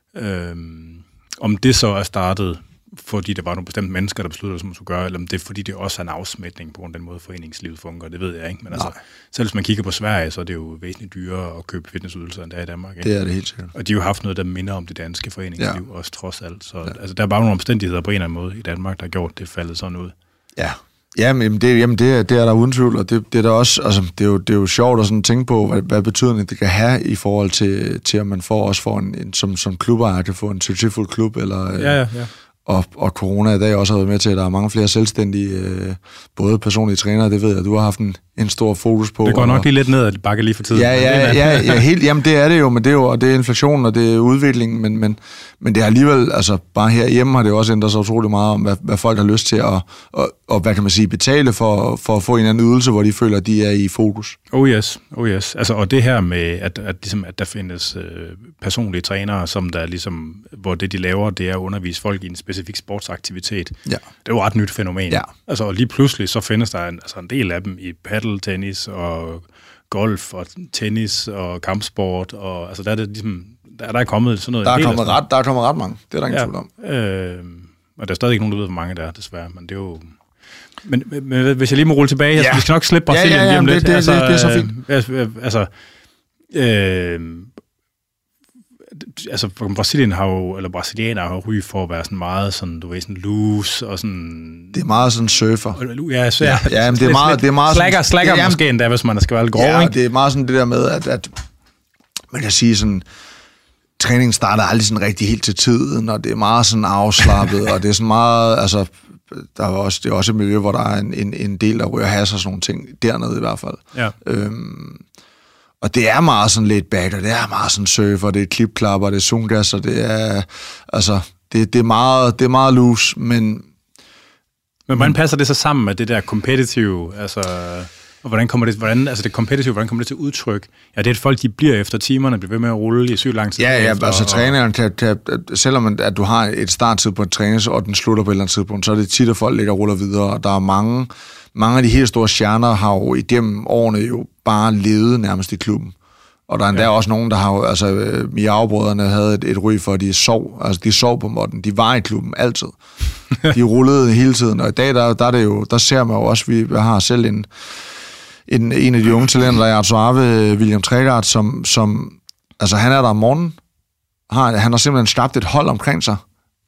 Om det så er startet fordi der var nogle bestemte mennesker, der besluttede, som man skulle gøre, eller om det er, fordi det også er en afsmætning på den måde, foreningslivet fungerer, det ved jeg ikke. Men altså, selv hvis man kigger på Sverige, så er det jo væsentligt dyrere at købe fitnessydelser, end der i Danmark. Ikke? Det er det helt sikkert. Og de har jo haft noget, der minder om det danske foreningsliv, også trods alt. Så altså, der er bare nogle omstændigheder på en eller anden måde i Danmark, der har gjort det faldet sådan ud. Ja, Jamen, det er der uden tvivl, og det er der også, altså, det er jo sjovt at sådan tænke på, hvad betydning det kan have i forhold til at man får en som klubejer kan få en succesfuld klub, eller... Ja. Og corona i dag også har været med til, at der er mange flere selvstændige, både personlige trænere, det ved jeg, du har haft en stor fokus på. Det går nok lige lidt ned ad bakke lige for tiden. Ja, helt, jamen det er det jo, men det er jo, og det er inflation, og det er udvikling, men det er alligevel, altså bare herhjemme har det jo også ændret sig utrolig meget om, hvad folk har lyst til og hvad kan man sige, betale for at få en anden ydelse, hvor de føler, at de er i fokus. Oh yes. Altså, og det her med, at der findes personlige trænere, som der ligesom, hvor det de laver, det er at undervise folk i en specifik sportsaktivitet. Ja. Det er jo et ret nyt fænomen. Ja. Altså, og lige pludselig så findes der en del af dem i paddeltennis og golf og tennis og kampsport, og altså der er det ligesom, der er kommet sådan noget. Der er kommet ret mange, det er der ingen tvivl om. Og der er stadig ikke nogen, der ved, hvor mange der er, desværre, men det er jo... Men hvis jeg lige må rulle tilbage, vi skal nok slippe Brasilien lige om lidt. Det er så fint. Brasilien har jo, eller brasilianere har ry for at være sådan meget sådan, du ved, sådan loose og sådan... Det er meget sådan surfer. Men det er meget slacker måske endda, hvis man skal være lidt grov, ikke? Ja, det er meget sådan det der med, at man kan sige sådan, træningen starter aldrig sådan rigtig helt til tiden, og det er meget sådan afslappet, og det er sådan meget, altså... det er også et miljø, hvor der er en del, der ryger has og sådan nogle ting, dernede i hvert fald. Ja. Og det er meget sådan laid back, og det er meget sådan surfer, det er klipklapper, det er zungas, og det er, altså, det er meget loose, men hvordan passer det så sammen med det der competitive, altså... Og hvordan kommer det til udtryk? Ja, det er, at folk de bliver efter timerne, bliver ved med at rulle i sygt lang tid. Ja, altså træneren kan, selvom at du har et starttid på en træning, og den slutter på et eller andet tidspunkt, så er det tit, at folk ligger og ruller videre, og der er mange af de helt store stjerner har jo igennem årene jo bare levet nærmest i klubben. Og der er endda også nogen, der har jo, altså Miao-brødrene havde et ry for, at de sov på måtten. De var i klubben altid. De rullede hele tiden, og i dag, der er det jo, der ser man jo også, vi har selv en af de unge talenter, der er Suave, William Tregart, som altså han er der om morgenen. Han har simpelthen skabt et hold omkring sig,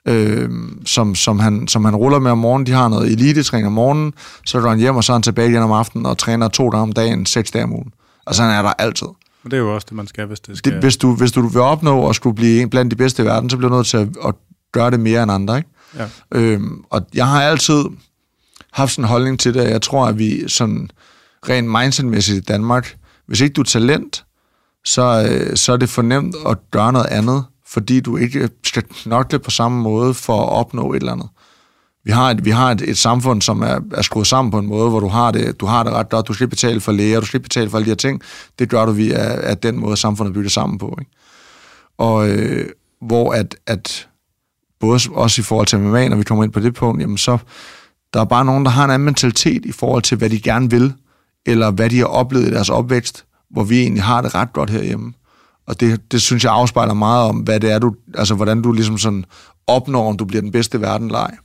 som han ruller med om morgenen. De har noget elitetræning om morgenen, så går han hjem, og så er han tilbage igen om aftenen og træner 2 dage om dagen, 6 dage om ugen. Altså han er der altid. Men det er jo også det, man skal, hvis det skal... Hvis du vil opnå og skulle blive blandt de bedste i verden, så bliver du nødt til at gøre det mere end andre, ikke? Ja. Og jeg har altid haft sådan en holdning til det, jeg tror, at vi sådan rent mindsetmæssigt i Danmark, hvis ikke du er talent, så er det for nemt at gøre noget andet, fordi du ikke skal knokle på samme måde for at opnå et eller andet. Vi har et samfund, som er skruet sammen på en måde, hvor du har det ret godt, du skal betale for læger, du skal betale for alle de her ting, det gør du via den måde, samfundet er bygget sammen på, ikke? Og hvor at både også i forhold til MMA, når vi kommer ind på det punkt, jamen så der er bare nogen, der har en anden mentalitet i forhold til, hvad de gerne vil, eller hvad de har oplevet i deres opvækst, hvor vi egentlig har det ret godt herhjemme. Og det synes jeg afspejler meget om, hvad det er, altså hvordan du ligesom sådan opnår, om du bliver den bedste i verden eller ej.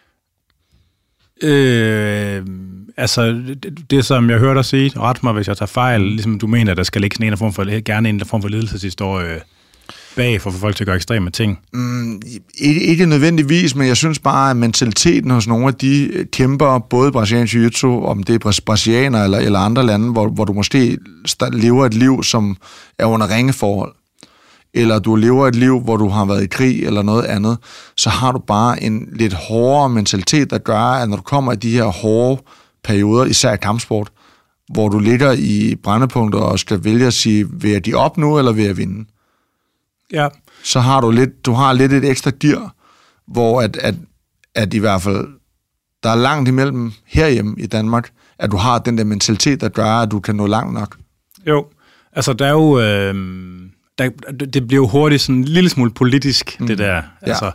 Altså, det som jeg hørte dig sige, ret mig, hvis jeg tager fejl, ligesom du mener, at der skal ligge sådan en form for ledelseshistorie bag for at få folk til at gøre ekstreme ting? Ikke nødvendigvis, men jeg synes bare, at mentaliteten hos nogle af de kæmper, både brasiliansk jiu-jitsu, om det er brasilianer eller andre lande, hvor du måske lever et liv, som er under ringeforhold, eller du lever et liv, hvor du har været i krig eller noget andet, så har du bare en lidt hårdere mentalitet, der gør, at når du kommer i de her hårde perioder, især i kampsport, hvor du ligger i brændepunkter og skal vælge at sige, vil jeg de op nu, eller vil jeg vinde? Ja. Så har du har lidt et ekstra gear, hvor at i hvert fald, der er langt imellem herhjemme i Danmark, at du har den der mentalitet, der gør, at du kan nå langt nok. Jo, altså der er jo... det bliver jo hurtigt sådan en lille smule politisk, det der. Altså,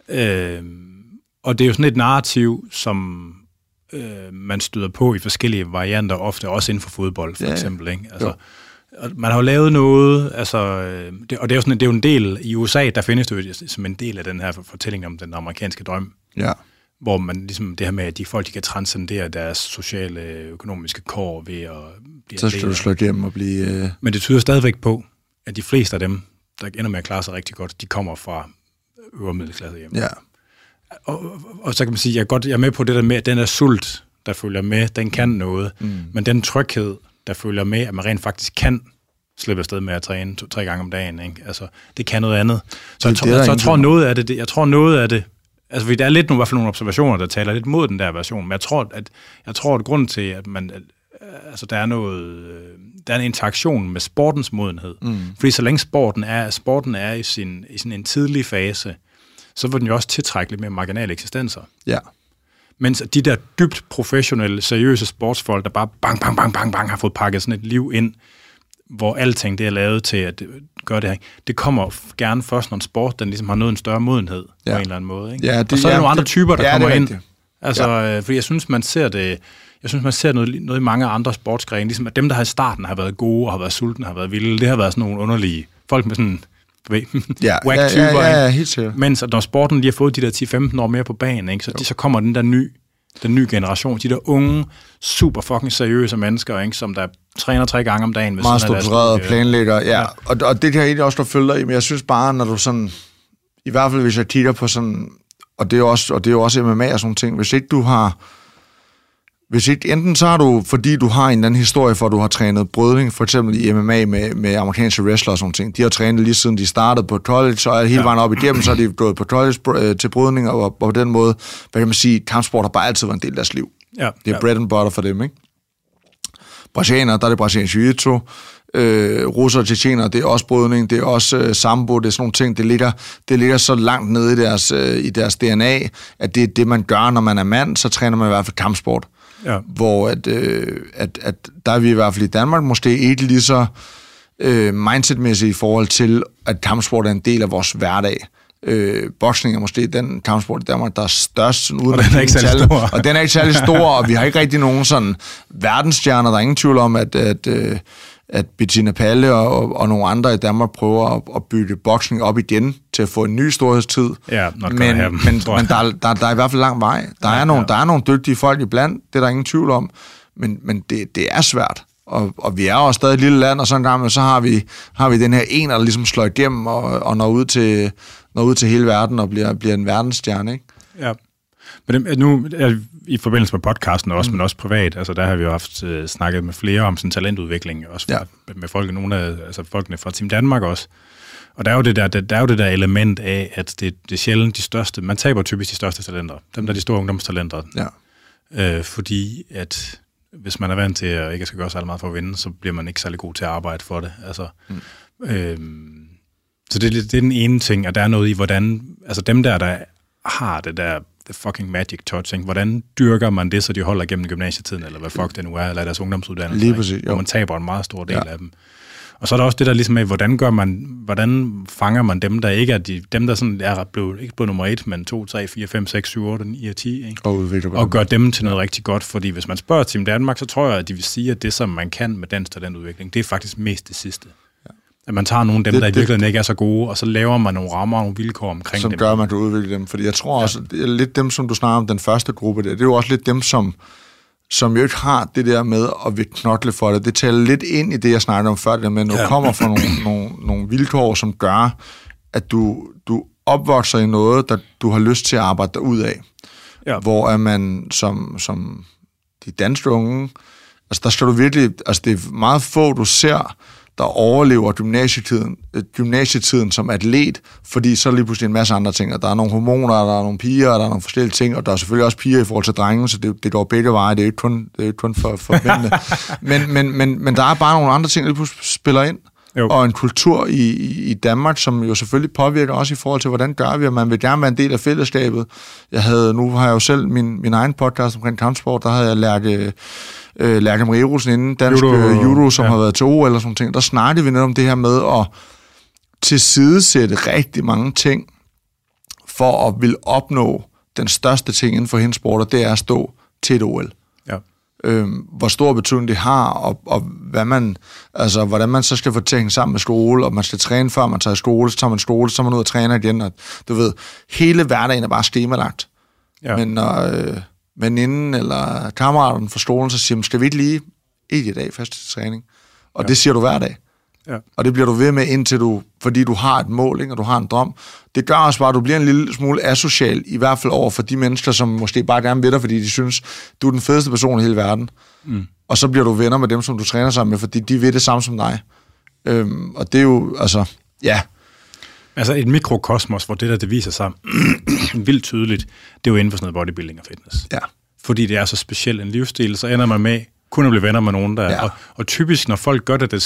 og det er jo sådan et narrativ, som man støder på i forskellige varianter, ofte også inden for fodbold, for eksempel. Ikke? Altså, man har jo lavet noget, altså, det er jo sådan, det er jo en del i USA, der findes det jo som en del af den her fortælling om den amerikanske drøm. Ja. Hvor man ligesom det her med, at de folk, de kan transcendere deres sociale, økonomiske kår ved at blive... Så skal du slå hjem og blive... Men det tyder stadigvæk på, at de fleste af dem, der ender med at klare sig rigtig godt, de kommer fra øvre middelklasse hjem. Ja. Og så kan man sige, jeg er med på det der med, at den der sult, der følger med, den kan noget. Men den tryghed, der følger med, at man rent faktisk kan slippe afsted med at træne 2-3 gange om dagen, ikke? Altså, det kan noget andet. Så jeg tror noget af det, altså fordi der er lidt i hvert fald nogle observationer, der taler lidt mod den der version, men jeg tror at grunden til, at man, altså der er en interaktion med sportens modenhed. Fordi så længe sporten er i sådan en tidlig fase, så vil den jo også tiltrække lidt mere marginale eksistenser. Ja. Mens de der dybt professionelle, seriøse sportsfolk, der bare bang, har fået pakket sådan et liv ind, hvor alting det er lavet til at gøre det her, det kommer gerne først, når en sport den ligesom har nået en større modenhed på en eller anden måde. Ikke? Ja, og så er der nogle andre typer, der kommer ind. Altså, fordi jeg synes, man ser noget i mange andre sportsgrene, ligesom at dem, der har i starten har været gode og har været sultne, har været vilde, det har været sådan nogle underlige folk med sådan whack-typer. Ja, helt sikkert. Mens at når sporten lige har fået de der 10-15 år mere på banen, ikke, så kommer den nye generation, de der unge, super fucking seriøse mennesker, ikke, som der træner 3 gange om dagen. Meget struktureret og planlægger, ja. Og det kan jeg egentlig også følge dig i, men jeg synes bare, når du sådan, i hvert fald hvis jeg kigger på sådan, og det er jo også MMA og sådan ting, hvis ikke enten så har du, fordi du har en eller anden historie for, at du har trænet brydning, for eksempel i MMA med amerikanske wrestlere og sådan ting. De har trænet lige siden de startede på college, og hele vejen op igennem, så er de gået på college til brydning, og på den måde, hvad kan man sige, kampsport har bare altid været en del af deres liv. Ja, det er bread and butter for dem, ikke? Brasilianere, der er det brasiliansk jiu-jitsu. Russere og tjetjenere, det er også brydning, det er også sambo, det er sådan nogle ting, det ligger så langt nede i deres DNA, at det er det, man gør, når man er mand, så træner man i hvert fald kampsport. Ja. Hvor at der er vi i hvert fald i Danmark måske ikke lige så mindsetmæssigt i forhold til, at kampsport er en del af vores hverdag. Boksning er måske den kampsport i Danmark, der er størst sådan, uden og den er ikke særlig stor. Og den er ikke særlig stor, og vi har ikke rigtig nogen sådan verdensstjerner. Der er ingen tvivl om, at Bettina Palle og nogle andre i Danmark prøver at bygge boksning op igen til at få en ny storhedstid. Ja, men der er i hvert fald lang vej. Der er nogle dygtige folk iblandt, det er der ingen tvivl om, men det er svært. Og vi er jo stadig et lille land, og sådan en gang, men så har vi den her en, der ligesom slår igennem og når ud til hele verden og bliver en verdensstjerne, ikke? Ja. Men nu i forbindelse med podcasten også, men også privat, altså der har vi jo haft snakket med flere om sådan talentudvikling, også med folk, nogle af folkene fra Team Danmark også. Og der er jo det der element af, at det er sjældent de største, man taber typisk de største talenter, dem der er de store ungdomstalenter. Ja. Fordi at hvis man er vant til at ikke skal gøre særlig meget for at vinde, så bliver man ikke særlig god til at arbejde for det. Altså, så det er den ene ting, at der er noget i, hvordan, altså dem der har det der the fucking magic touch, ikke? Hvordan dyrker man det, så de holder igennem gymnasietiden, eller hvad fuck det nu er, eller deres ungdomsuddannelse, lige præcis, hvor man taber en meget stor del af dem. Og så er der også det der ligesom med, hvordan fanger man dem, der ikke er dem, der sådan er ikke blevet nummer 1, men 2, 3, 4, 5, 6, 7, 8, 9 og 10, ikke? Og gør dem til noget rigtig godt, fordi hvis man spørger Team Danmark, så tror jeg, at de vil sige, at det, som man kan med dansk talentudvikling, det er faktisk mest det sidste. Ja. At man tager nogle af dem, der i virkeligheden ikke er så gode, og så laver man nogle rammer og nogle vilkår omkring dem. Som gør, man kan udvikle dem, fordi jeg tror også, det er lidt dem, som du snakker om, den første gruppe der, det er jo også lidt dem, som jo ikke har det der med at vil knokle for det. Det taler lidt ind i det, jeg snakkede om før, det der med, at du kommer fra nogle vilkår, som gør, at du opvokser i noget, der du har lyst til at arbejde dig ud af. Ja. Hvor er man som de danske unge, altså der skal du virkelig, altså det er meget få, du ser, der overlever gymnasietiden som atlet, fordi så er lige pludselig en masse andre ting, og der er nogle hormoner, der er nogle piger, der er nogle forskellige ting, og der er selvfølgelig også piger i forhold til drenge, så det går begge veje, det er ikke kun for mændene. men der er bare nogle andre ting, der lige pludselig spiller ind, og en kultur i Danmark, som jo selvfølgelig påvirker også i forhold til, hvordan gør vi, og man vil gerne være en del af fællesskabet. Nu har jeg jo selv min egen podcast omkring kampsport, der havde jeg Lærke Marie Olsen inden, dansk judo, som har været til OL eller sådan ting. Der snakkede vi netop om det her med at tilsidesætte rigtig mange ting for at ville opnå den største ting inden for hendes sport, og det er at stå til et OL. Ja. Hvor stor betydning det har, og hvordan man så skal få ting sammen med skole, og man skal træne før man tager skole, så tager man skole, så tager man ud og træner igen, og du ved, hele hverdagen er bare skemalagt. Ja. Men når veninden eller kammeraten fra skolen, så siger man, skal vi ikke lige i dag fast til træning? Og det siger du hver dag. Ja. Og det bliver du ved med, fordi du har et mål, ikke? Og du har en drøm. Det gør også bare, at du bliver en lille smule asocial, i hvert fald over for de mennesker, som måske bare gerne vil dig, fordi de synes, du er den fedeste person i hele verden. Og så bliver du venner med dem, som du træner sammen med, fordi de vil det samme som dig. Og det er jo, altså, ja. Altså et mikrokosmos, hvor det viser sig vildt tydeligt, det er jo inden for sådan noget bodybuilding og fitness. Ja. Fordi det er så speciel en livsstil, så ender man med kun at blive venner med nogen, der... Ja. Og typisk, når folk gør det, det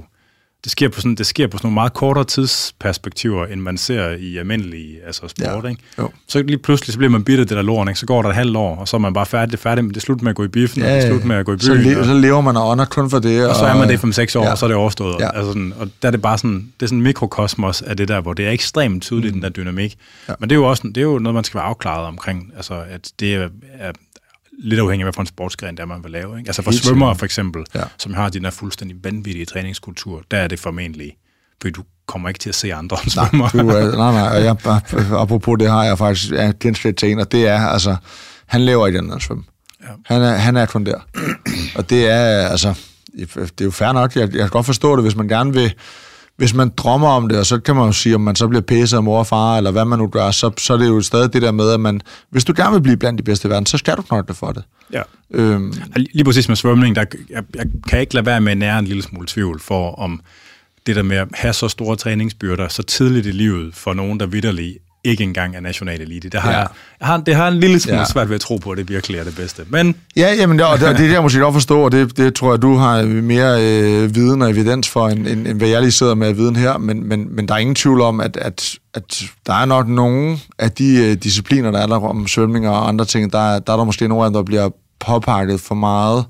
sker på sådan nogle meget kortere tidsperspektiver, end man ser i almindelig sport, ikke? Så lige pludselig så bliver man bittet det der lort, ikke? Så går der et halvt år, og så er man bare færdig, men det er slut med at gå i biffen, og det er slut med at gå i byen. Så lever man og ånder kun for det. Og så er man det 5-6 år, og så er det overstået. Ja. Altså sådan, og der er det bare sådan, det er sådan en mikrokosmos af det der, hvor det er ekstremt tydeligt, den der dynamik. Ja. Men det er jo noget, man skal være afklaret omkring, altså at det er lidt afhængig af, hvad for en sportsgren det er, man vil lave. Ikke? Altså for svømmere for eksempel, som har den der fuldstændig vanvittige træningskultur, der er det formentlig, fordi du kommer ikke til at se andre svømmere. Nej, apropos det har jeg faktisk kendskab til en, og det er, altså, han lever i den der svømme. Ja. Han er kun der. Og det er, altså, det er jo fair nok, jeg kan godt forstå det, hvis man gerne vil, hvis man drømmer om det, og så kan man jo sige, om man så bliver pæset af mor og far, eller hvad man nu gør, så er det jo stadig det der med, at man, hvis du gerne vil blive blandt de bedste i verden, så skal du knokle for det. Ja. Lige præcis med svømning, jeg kan ikke lade være med at nære en lille smule tvivl for, om det der med at have så store træningsbyrder så tidligt i livet for nogen, der vitterligt ikke engang er national elite. Det har en lille smule svært ved at tro på, at det virkelig er det bedste. Men jamen, det er det, jeg måske godt forstå, og det tror jeg, du har mere viden og evidens for, end hvad jeg lige sidder med viden her, men der er ingen tvivl om, at der er nok nogle af de discipliner, der er der om svømning og andre ting, der er der måske nogle af dem, der bliver påpakket for meget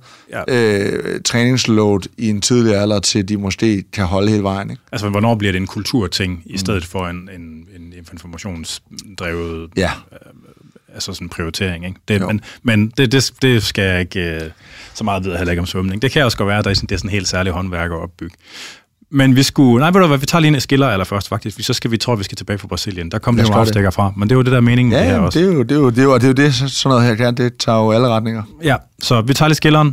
træningsload i en tidlig alder, til de måske kan holde hele vejen. Ikke? Altså, hvornår bliver det en kulturting, i stedet for en informationsdrevet altså sådan en prioritering, ikke? Men det skal jeg ikke så meget vide heller ikke om svømning. Det kan også godt være, at det er sådan en helt særlig håndværk at opbygge. Men vi skulle... Nej, ved du hvad, vi tager lige en skiller allerførst, faktisk. Så skal vi tilbage fra Brasilien. Der kom det nogle afstikker fra. Men det er jo det der meningen med det her også. Det er jo det, sådan noget her kan. Det tager jo alle retninger. Ja, så vi tager lige skilleren.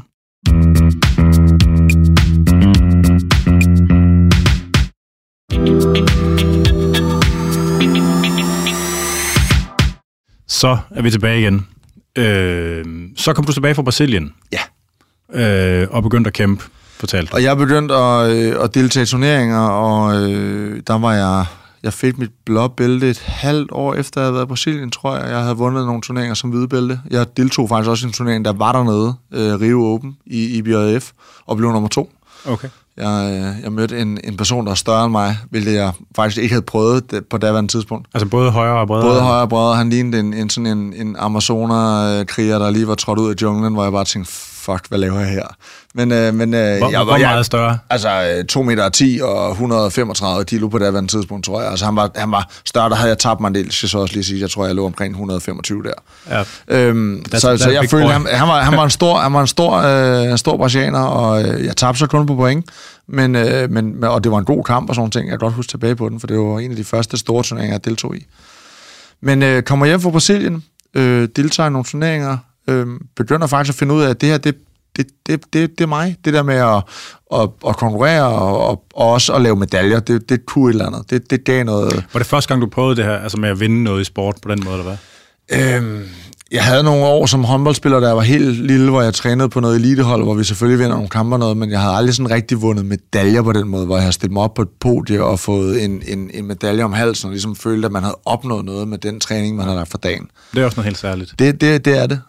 Så er vi tilbage igen. Så kom du tilbage fra Brasilien. Ja. Og begyndte at kæmpe. Fortalt. Og jeg begyndte at deltage i turneringer, og der var jeg fik mit blåbælte et halvt år efter, jeg havde været i Brasilien, tror jeg. Jeg havde vundet nogle turneringer som hvidebælte. Jeg deltog faktisk også i en turnering, der var dernede, Rio Open i IBJF, og blev nummer 2. Okay. Jeg mødte en person, der er større end mig, hvilket jeg faktisk ikke havde prøvet på daværende tidspunkt. Altså både højere og bredere? Både højere og bredere. Han lignede en Amazoner-kriger, der lige var trådt ud af junglen, hvor jeg bare tænkte, fuck, hvad laver jeg her? Hvor meget større? Altså 2,10 meter og 135 kilo på daværende tidspunkt, tror jeg. Altså han var større, der havde jeg tabt mig en del, skal så også lige sige. Jeg tror, jeg lå omkring 125 der. Ja. Så jeg følte, han var en stor brasilianer, og jeg tabte så kun på point. Og det var en god kamp og sådan ting. Jeg kan godt huske tilbage på den, for det var en af de første store turneringer, jeg deltog i. Men kommer hjem fra Brasilien, deltager i nogle turneringer, begynder faktisk at finde ud af, at det her, det er mig. Det der med at konkurrere og også at lave medaljer, det kunne et eller andet. Det gav noget... Var det første gang, du prøvede det her, altså med at vinde noget i sport på den måde, eller hvad? Jeg havde nogle år som håndboldspiller, da jeg var helt lille, hvor jeg trænede på noget elitehold, hvor vi selvfølgelig vinder nogle kamper og noget, men jeg havde aldrig sådan rigtig vundet medaljer på den måde, hvor jeg havde stillet mig op på et podie og fået en medalje om halsen, og ligesom følte, at man havde opnået noget med den træning, man havde lagt for dagen. Det er også noget helt særligt. Det er det.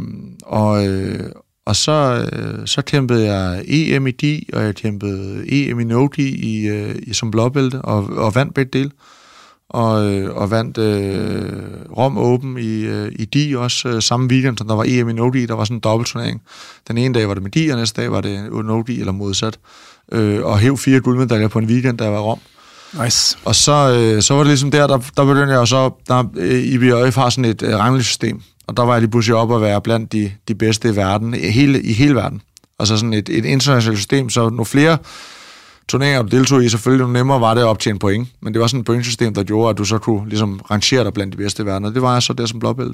Og så kæmpede jeg EM i DI, og jeg kæmpede EM i no-DI i som blåbælte, og vandt begge dele. Og vandt Rom Open i DI også samme weekend, som der var EM i no-DI. Der var sådan en dobbeltturnering. Den ene dag var det med DI, og næste dag var det no-DI eller modsat. Og hæv 4 guldmedaljer på en weekend, der var Rom. Nice. Og så var det ligesom der begyndte jeg så, IBJF har sådan et ranglingsystem, og der var jeg lige pludselig op at være blandt de bedste i verden, i hele verden. Altså sådan et internationalt system, så nogle flere turneringer, du deltog i, selvfølgelig nemmere var det at optjene point, men det var sådan et pointsystem, der gjorde, at du så kunne ligesom rangere dig blandt de bedste i verden, og det var jeg så der som blåbælte.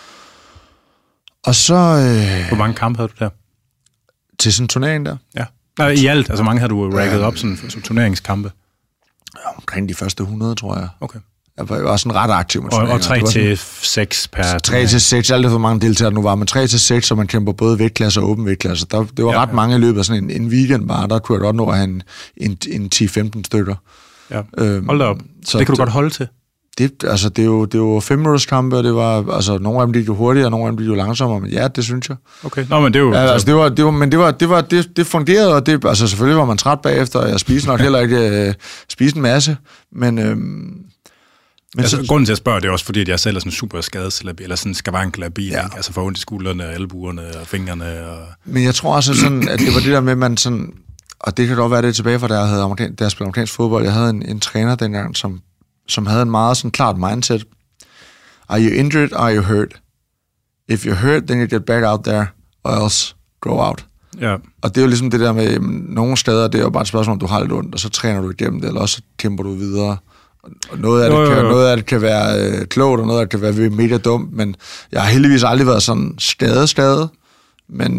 Og så... Hvor mange kampe havde du der? Til sådan en turnering der? Ja. Nej, i alt, altså mange har du racket op sådan, som turneringskampe? Omkring de første 100, tror jeg. Okay. Jeg var sådan ret aktiv med turneringer. Og 3-6 per... 3-6, alt for mange deltagere nu var, men 3-6, så man kæmper både vægtklasse og åben vægtklasse. Det var ret mange i løbet af sådan en weekend bare, der kunne jeg godt nå at have en 10-15 stykker. Ja, hold da op. Så det kan du godt holde til? Det er jo 5 minutters kampe, og det var, altså, nogle af dem gik jo hurtigere, og nogle af dem gik jo langsommere, men ja, det synes jeg. Okay, nå, men det er jo... Ja, altså, det fungerede, og det, altså, selvfølgelig var man træt bagefter, og jeg spiste nok heller ikke spiste en masse, men altså, grunden til at spørge, det er også fordi, at jeg selv er sådan super skadeslabil, eller sådan skavanklabil, ja. Altså for ondt i skuldrene, albuerne og fingrene. Og... Men jeg tror også sådan, at det var det der med, at man sådan, og det kan godt være det tilbage fra, da jeg spillede amerikansk fodbold, jeg havde en træner dengang, som havde en meget sådan klart mindset. Are you injured, or are you hurt? If you're hurt, then you get back out there, or else go out. Ja. Og det er jo ligesom det der med, nogle steder, det er jo bare et spørgsmål, om du har lidt ondt, og så træner du igennem det, eller også kæmper du videre. Og noget af det kan være klogt, og noget af det kan være mega dumt, men jeg har heldigvis aldrig været sådan skadet, men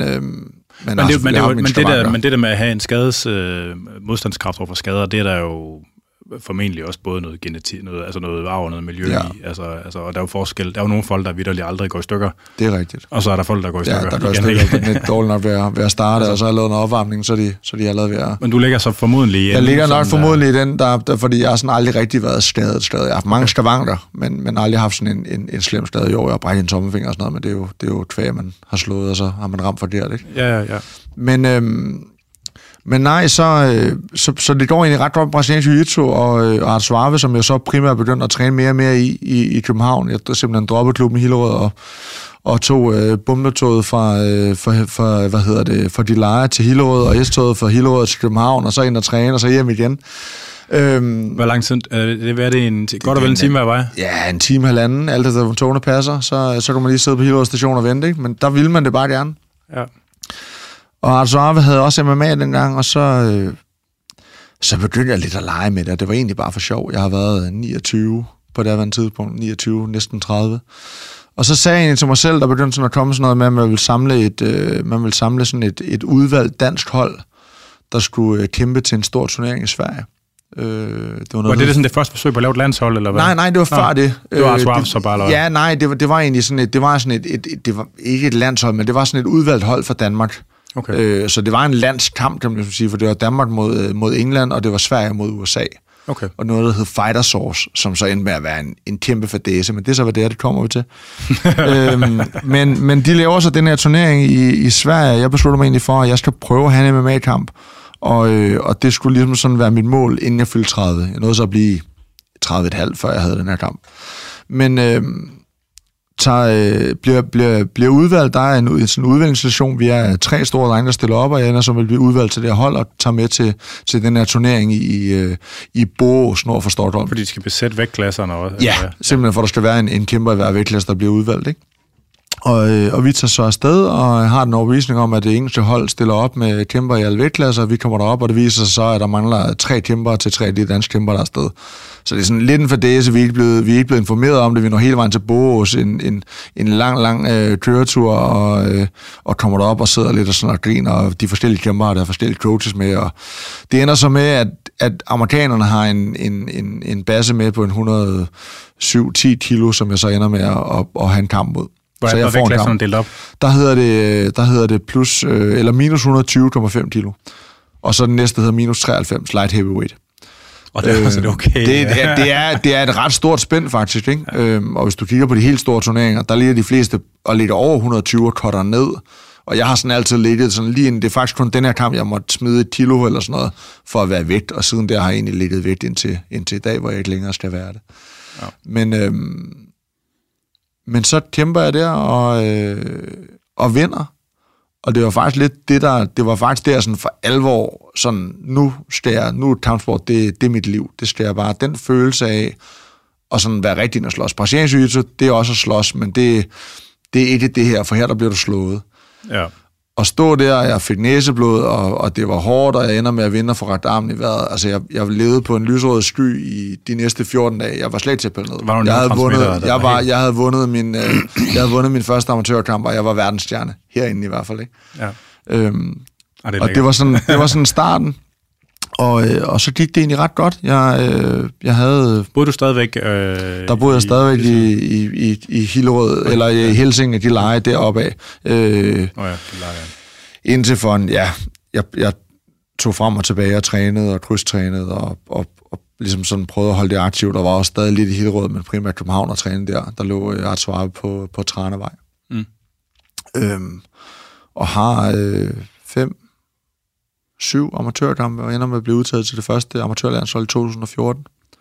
det der med at have en skades modstandskraft over for skader, det er der jo formentlig også både noget genetik, noget arv og noget miljø i. Altså, og der er jo forskel. Der er jo nogle folk, der vitterligt aldrig går i stykker. Det er rigtigt. Og så er der folk, der går i stykker. Ja, der går i stykker. Det er dårligt nok ved at starte, altså. Og så har jeg lavet en opvarmning, så de allerede ved at... Men du ligger så formodentlig i... Jeg ligger nok formodentlig i den, fordi jeg har sådan aldrig rigtig været skadet. Jeg har haft mange skavanker, men aldrig haft sådan en slem skade. Jo, jeg har brækket en tommelfinger og sådan noget, men det er jo kvæg, man har slået, og så har man ramt forkert, ikke? Ja. Men nej, så det går egentlig ret godt brasiliansk jiu-jitsu, og Art Suave, som jeg så primært begyndte at træne mere og mere i København. Jeg simpelthen droppede klubben i Hillerød og tog bumletoget fra de lejre til Hillerød, og S-toget fra Hillerød til København, og så ind og træne, og så hjem igen. Hvor lang tid? Det godt og vel en time hver vej? Ja, en time, halvanden. Alt efter togene passer, så kan man lige sidde på Hillerød station og vente, ikke? Men der ville man det bare gerne. Ja. Og Art Suave havde også MMA dengang, og så begyndte jeg lidt at lege med det. Det var egentlig bare for sjov. Jeg har været 29 på det her tidspunkt, 29, næsten 30. Og så sagde jeg egentlig til mig selv, der begyndte sådan at komme sådan noget med, at man ville samle sådan et udvalgt dansk hold, der skulle kæmpe til en stor turnering i Sverige. Var det sådan det første forsøg på at lave et landshold, eller hvad? Nej, det var før det. Det var Suave så bare, eller? Ja, nej, det var egentlig sådan det var ikke et landshold, men det var sådan et udvalgt hold for Danmark. Okay. Så det var en landskamp, kan man sige, for det var Danmark mod England, og det var Sverige mod USA. Okay. Og noget, der hed Fighter Source, som så endte med at være en kæmpe fadæse, men det er så, hvad det kommer vi til. Men de laver så den her turnering i Sverige. Jeg beslutter mig egentlig for, at jeg skal prøve at have en MMA-kamp, og det skulle ligesom sådan være mit mål, inden jeg fyldte 30. Jeg nåede så at blive 30,5, før jeg havde den her kamp. Men bliver udvalgt. Der er en sådan udvælgelsesstation. Vi er 3 store drenge, der stiller op, og jeg ender så vil blive udvalgt til det her hold og tager med til den her turnering i Borås nord for Stockholm. Fordi de skal besætte vægtklasserne også? Ja, simpelthen for der skal være en kæmper i hver vægtklasse, der bliver udvalgt, ikke? Og vi tager så afsted og har den overbevisning om, at det engelske hold stiller op med kæmper i alle vægtklasser, og vi kommer derop, og det viser sig så, at der mangler 3 kæmper til 3 af de danske kæmper, der er afsted. Så det er sådan lidt en fadæse, vi er ikke blevet informeret om det. Vi når hele vejen til Borås, en lang køretur, og kommer derop og sidder lidt og sådan og griner, og de forskellige kæmper har der forskellige coaches med, og det ender så med, at amerikanerne har en base med på en 107-10 kilo, som jeg så ender med at have en kamp mod. Hvor er vægtklasserne delt op? Der hedder det plus eller minus 120,5 kilo. Og så den næste hedder minus 93, light heavyweight. Og det er også okay. Det er et ret stort spænd faktisk, ikke? Ja. Og hvis du kigger på de helt store turneringer, der ligger de fleste og ligger over 120 og cutter ned. Og jeg har sådan altid ligget sådan lige det er faktisk kun den her kamp, jeg måtte smide 1 kilo eller sådan noget, for at være vægt. Og siden der har jeg egentlig ligget vægt indtil i dag, hvor jeg ikke længere skal være det. Ja. Men så kæmper jeg der og vinder. Og det var faktisk lidt det var faktisk der sådan for alvor, sådan nu er kampsport, det er mit liv. Det skal jeg bare, den følelse af at sådan være rigtig at slås. Brasiliansk jiu-jitsu, det er også at slås, men det er ikke det her, for her der bliver du slået. Ja. Og stå der, og jeg fik næseblod, og det var hårdt, og jeg ender med at vinde og få rakt armen i vejret. Altså, jeg levede på en lysrød sky i de næste 14 dage. Jeg var slet ikke til at pille ned. Jeg havde vundet min første amatørkamp, og jeg var verdensstjerne. Herinde i hvert fald, ikke? Ja. Og det var sådan starten. Og så gik det egentlig ret godt. Jeg havde... Boede du stadigvæk... der boede jeg stadigvæk i Hillerød, eller i Helsinge, de leje deroppe af. de leje. Indtil for jeg tog frem og tilbage og trænede og krydstrænede og ligesom sådan prøvede at holde det aktivt. Der var også stadig lidt i Hillerød, men primært København og trænede der. Der lå ret svaret på Tranevej. Og har 7 amatørkampe, og ender med at blive udtaget til det første amatørlandshold i 2014.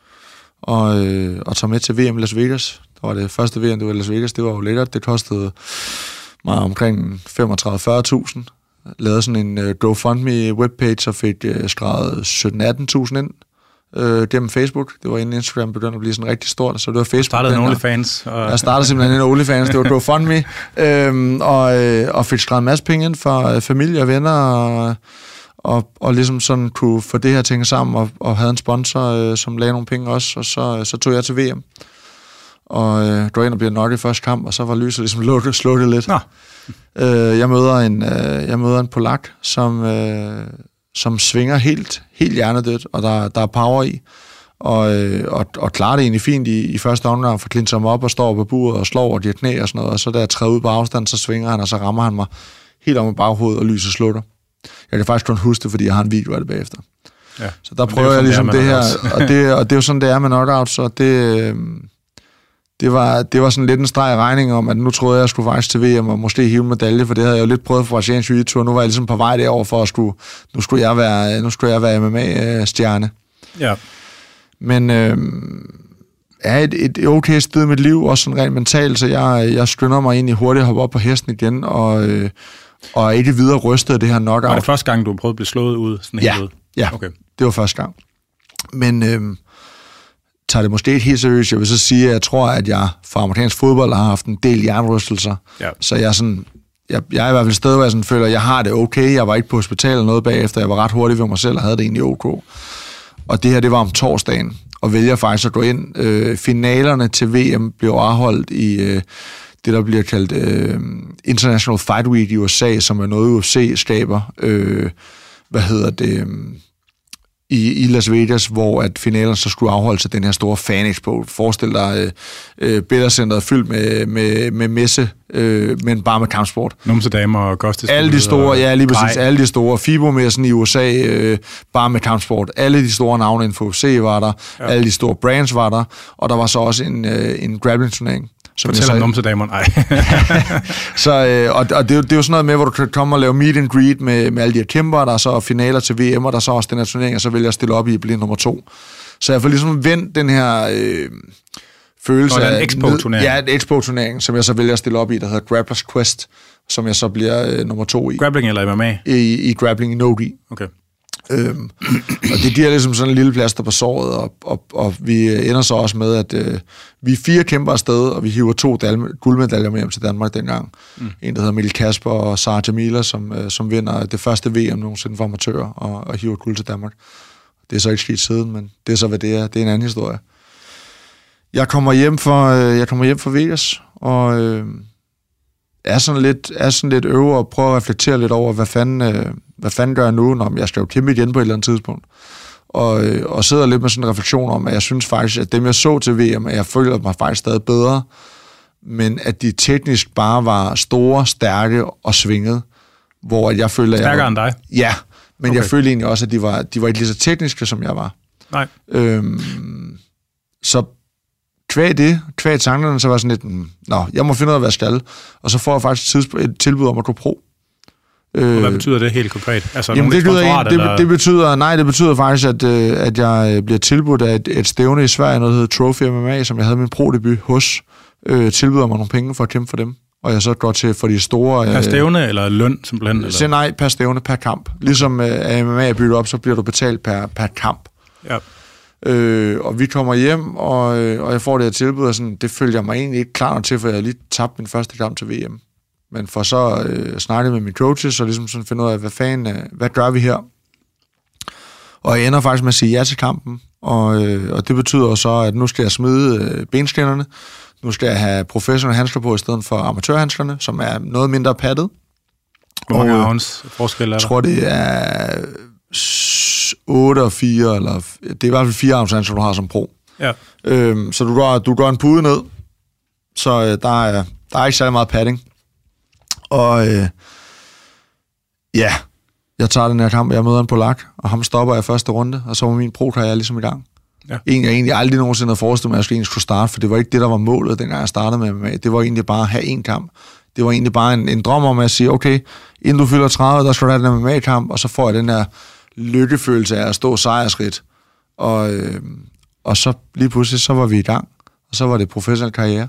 Og tager med til VM i Las Vegas. Der var det første VM, det var i Las Vegas. Det var jo lækkert. Det kostede mig omkring 35-40.000. Lavede sådan en GoFundMe webpage og fik skrevet 17-18.000 ind gennem Facebook. Det var inden Instagram begyndte at blive sådan rigtig stort, så det var Facebook. Startede en OnlyFans. Jeg startede simpelthen en OnlyFans, det var GoFundMe, og fik skrevet en masse penge ind for familie og venner, og ligesom sådan kunne få det her ting sammen, og havde en sponsor, som lagde nogle penge også, og så tog jeg til VM. Og går ind og bliver nok i første kamp, og så var lyset ligesom slukket lidt. Jeg møder en polak, som svinger helt hjernedødt, og der er power i, og klarer det egentlig fint i første omgang, for klinser ham op og står på buret og slår over de knæ og sådan noget, og så da jeg træder ud på afstand, så svinger han, og så rammer han mig helt om i baghovedet, og lyset slukker. Jeg kan faktisk kun huske det, fordi jeg har en video af det bagefter. Ja, så der prøver jeg ligesom det her, og det er jo sådan, det er med knockouts, og det var sådan lidt en streg i regning om, at nu troede jeg skulle faktisk til VM og måske hive en medalje, for det havde jeg jo lidt prøvet for brasiliansk jiu-jitsu, og nu var jeg ligesom på vej derover for at nu skulle jeg være MMA-stjerne. Ja. Men et okay sted i mit liv, også sådan rent mentalt, så jeg skynder mig egentlig hurtigt at hoppe op på hesten igen, og er ikke videre rystet af det her knockout. Var det første gang, du prøvede at blive slået ud? Sådan helt ud? Ja, okay. Det var første gang. Men tager det måske ikke helt seriøst. Jeg vil så sige, at jeg tror, at jeg fra amerikansk fodbold har haft en del hjernerystelser. Ja. Så jeg er i hvert fald et sted, hvor jeg sådan føler, at jeg har det okay. Jeg var ikke på hospital eller noget bagefter. Jeg var ret hurtig ved mig selv og havde det egentlig ok. Og det her, det var om torsdagen. Og vælger faktisk at gå ind. Finalerne til VM blev afholdt i det, der bliver kaldt International Fight Week i USA, som er noget UFC skaber. I Las Vegas, hvor at finalen så skulle afholde sig den her store fan-expo. Forestil dig billedcenteret fyldt med messe, men bare med kampsport. Numsedamer og Kostis. Alle de store, ja lige præcis, alle de store. FIBO-messen i USA, bare med kampsport. Alle de store navne inden for UFC var der, alle de store brands var der, og der var så også en grappling-turnering. Fortæller numsedamerne, ej. Og det er jo sådan noget med, hvor du kan komme og lave meet and greet med alle de her kæmper, der er så finaler til VM, og der er så også den her turnering, og så vil jeg stille op i blind nummer 2. Så jeg får ligesom vendt den her følelse af... en expo-turnering. Ja, en expo-turnering, som jeg så vælger at stille op i, der hedder Grapplers Quest, som jeg så bliver nummer 2 i. Grappling eller MMA? I grappling i no-gi. Okay. Og det giver ligesom sådan en lille plaster på såret, og vi ender så også med, at vi er 4 kæmper afsted, og vi hiver 2 guldmedaljer med hjem til Danmark dengang. En, der hedder Mikkel Kasper, og Sarah Jamila, som vinder det første VM nogensinde for amatører, og hiver guld til Danmark. Det er så ikke sket siden, men det er så, hvad det er. Det er en anden historie. Jeg kommer hjem fra Vegas, og er sådan lidt øver og prøver at reflektere lidt over, hvad fanden gør jeg nu, når jeg skal jo kæmpe igen på et eller andet tidspunkt. Og sidder lidt med sådan en refleksion om, at jeg synes faktisk, at dem jeg så til VM, at jeg føler mig faktisk stadig bedre, men at de teknisk bare var store, stærke og svingede, hvor jeg føler... Stærkere end dig? Ja, men okay. Jeg følte egentlig også, at de var ikke lige så tekniske, som jeg var. Nej. Så kvæg tankerne, så var sådan lidt, jeg må finde ud af, hvad jeg skal. Og så får jeg faktisk et tilbud om at gå pro. Hvad betyder det helt konkret? Altså, jamen, det betyder faktisk, at jeg bliver tilbudt af et stævne i Sverige, noget der hedder Trophy MMA, som jeg havde min pro-debut hos, tilbyder mig nogle penge for at kæmpe for dem. Og jeg så går til for de store... Per stævne eller løn simpelthen? Eller? Nej, per stævne, per kamp. Ligesom MMA er bygget op, så bliver du betalt per kamp. Ja. Og vi kommer hjem, og jeg får det her tilbud, og sådan, det følger mig egentlig ikke klar nok til, for jeg lige tabte min første kamp til VM. Men for så snakke med mine coaches, og ligesom sådan finde ud af, hvad gør vi her? Og jeg ender faktisk med at sige ja til kampen, og det betyder så, at nu skal jeg smide benskinnerne, nu skal jeg have professionelle handsker på i stedet for amatørhandskerne, som er noget mindre pattet, Hvor mange rounds forskel er der? Jeg tror, det er 8 og 4, eller det er i hvert fald 4 rounds, du har som pro. Ja. Så du går en pude ned, så der er ikke særlig meget padding. Og jeg tager den her kamp, jeg møder en polak, og ham stopper jeg første runde, og så var min pro-karriere ligesom i gang. Ja. Jeg egentlig aldrig nogensinde havde forestillet mig, at jeg skulle starte, for det var ikke det, der var målet, dengang jeg startede med MMA. Det var egentlig bare at have en kamp. Det var egentlig bare en drøm om at sige, okay, inden du fylder 30, der skal du have den MMA-kamp, og så får jeg den her lykkefølelse af at stå sejrsrigt. Og så lige pludselig, så var vi i gang, og så var det professionel karriere.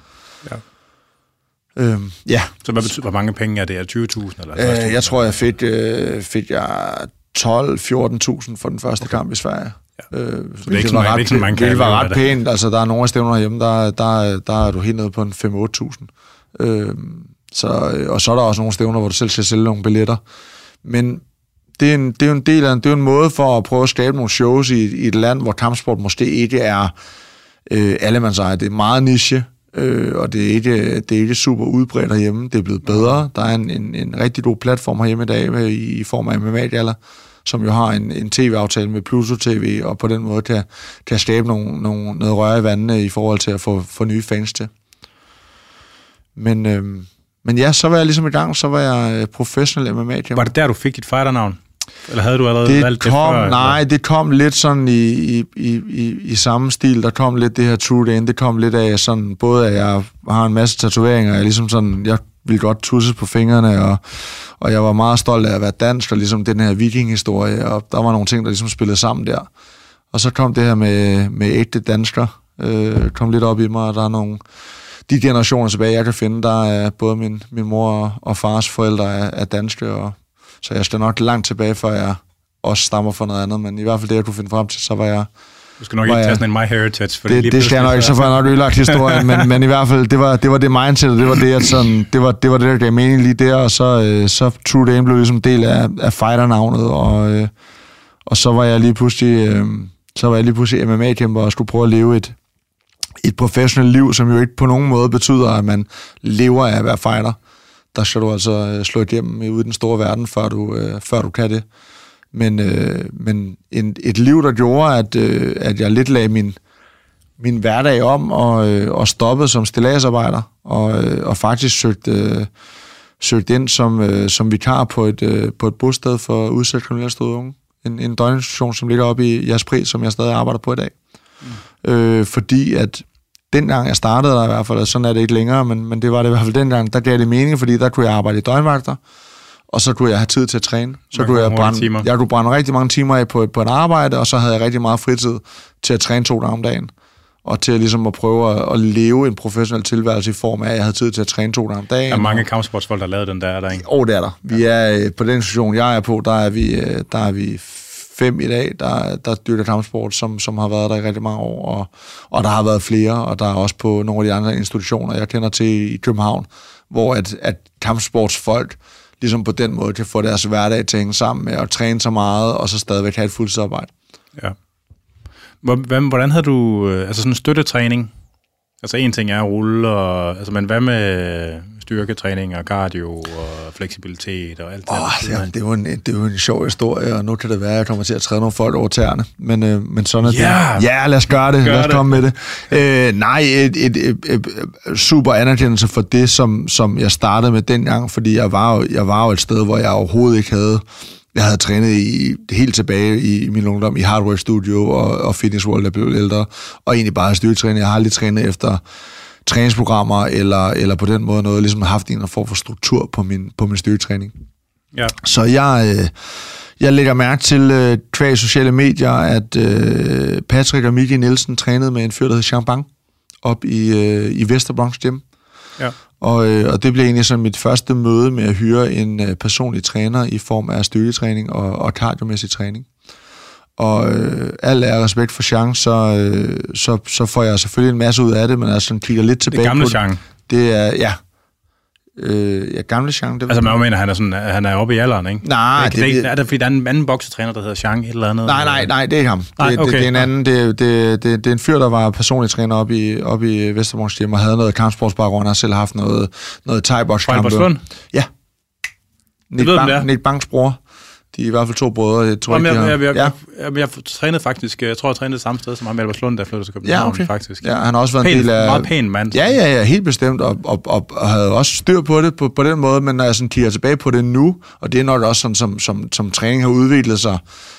Ja. Så hvad betyder, hvor mange penge er det? Er 20.000? Eller jeg tror, jeg fik jeg 12-14.000 for den første kamp i Sverige. Ja. Det var ret pænt. Altså, der er nogle af stævner herhjemme, der er du helt nede på en 5-8.000. Og så er der også nogle stævner, hvor du selv skal sælge nogle billetter. Men det er jo en del af det er jo en måde for at prøve at skabe nogle shows i et land, hvor kampsport måske ikke er allemandseje. Det er meget niche, og det er ikke super udbredt herhjemme. Det er blevet bedre. Der er en rigtig god platform herhjemme i dag i form af MMA-galler, som jo har en tv-aftale med Pluto TV, og på den måde kan skabe noget røre i vandene i forhold til at få nye fans til. Men ja, så var jeg ligesom i gang, så var jeg professionel MMA-champion. Var det der, du fik dit fighternavn? Eller havde du allerede valgt det før? Nej, det kom lidt sådan i samme stil. Der kom lidt det her True Dane. Det kom lidt af sådan, både at jeg har en masse tatoveringer, jeg ligesom sådan, jeg ville godt tusses på fingrene, og jeg var meget stolt af at være dansk, og ligesom den her vikinghistorie, og der var nogle ting, der ligesom spillede sammen der. Og så kom det her med ægte dansker, kom lidt op i mig, og der er nogle de generationer tilbage, jeg kan finde, der er både min mor og fars forældre er danske, og så jeg står nok langt tilbage, før jeg også stammer for noget andet, men i hvert fald det, jeg kunne finde frem til, så var jeg... Du skal nok ikke tage sådan en MyHeritage, for det skal jeg nok ikke, så får jeg nok ødelagt historien, men i hvert fald, det var det mindset, det var det, at sådan, det var det, der gav mening lige der, og så True Dane blev ligesom del af fighter-navnet, og så var jeg lige pludselig MMA-kæmper og skulle prøve at leve et professionelt liv, som jo ikke på nogen måde betyder, at man lever af at være fighter. Der skal du altså slå igennem ude i den store verden, før du kan det. Men et liv, der gjorde, at jeg lidt lagde min hverdag om og stoppede som stilladsarbejder, og faktisk søgte ind som vikar på et bosted for udsat kriminelle unge. En døgninstitution, som ligger oppe i Jaspris, som jeg stadig arbejder på i dag. Fordi at dengang jeg startede der i hvert fald, sådan er det ikke længere, men det var det i hvert fald dengang, der gav det mening, fordi der kunne jeg arbejde i døgnvagter, og så kunne jeg have tid til at træne. Så kunne jeg kunne brænde rigtig mange timer af på et arbejde, og så havde jeg rigtig meget fritid til at træne 2 dage om dagen, og til ligesom at prøve at leve en professionel tilværelse i form af, at jeg havde tid til at træne 2 dage om dagen. Der er mange kampsportsfolk, der har lavet den der ikke? Det er der. Vi er på den institution, jeg er på, der er vi 5 i dag, der dyrker kampsport, som har været der i rigtig mange år, og der har været flere, og der er også på nogle af de andre institutioner, jeg kender til i København, hvor at kampsportsfolk ligesom på den måde kan få deres hverdag til at hænge sammen med at træne så meget, og så stadigvæk have et fuldtidsarbejde. Ja. Hvordan havde du, altså sådan en støttetræning? Altså en ting er at rulle, men hvad med styrketræning og cardio og fleksibilitet og alt det? Ja, det er jo en sjov historie, og nu kan det være, at jeg kommer til at træde nogle folk over tæerne. Men sådan er det. Ja, lad os gøre det. Lad os komme med det. Nej, et super anerkendelse for det, som jeg startede med dengang, fordi jeg var jo et sted, hvor jeg overhovedet ikke havde... Jeg havde trænet helt tilbage i min ungdom i Hardware Studio og Fitness World, der blev ældre, og egentlig bare styrketræning. Jeg har aldrig trænet efter træningsprogrammer, eller på den måde noget, ligesom haft en form for struktur på min styrketræning. Ja. Så jeg lægger mærke til kvæg sociale medier, at Patrick og Miki Nielsen trænede med en fyr, der hed Jean Bang, op i Vesterbronx Gym. Ja. Og det blev egentlig sådan mit første møde med at hyre en personlig træner i form af styrketræning og kardiomæssig træning. Og alt er respekt for Jean, så får jeg selvfølgelig en masse ud af det, men jeg sådan kigger lidt tilbage på det. Det er gamle Jean? Det er, gamle Jean. Det altså man mener, han er oppe i alderen, ikke? Nej. Er det fordi, der er en anden boksetræner, der hedder Jean et eller andet? Nej, det er ikke ham. Det er en anden. Det er en fyr, der var personlig træner oppe i Vesterbronx Gym og havde noget kampsportsbaggrund, og har selv haft noget thai-bokskampe. Fra Albertslund? Ja. Nick Banks bror. De er i hvert fald 2 brødre. Jeg tror jeg trænede faktisk, jeg tror, jeg trænede det samme sted som ham, Albert Slund, der flyttede til København, faktisk. Ja, han har også været en del af... Meget pæn mand. Ja, helt bestemt, og havde også styr på det på den måde, men når jeg sådan kigger tilbage på det nu, og det er nok også sådan, som træning har udviklet sig,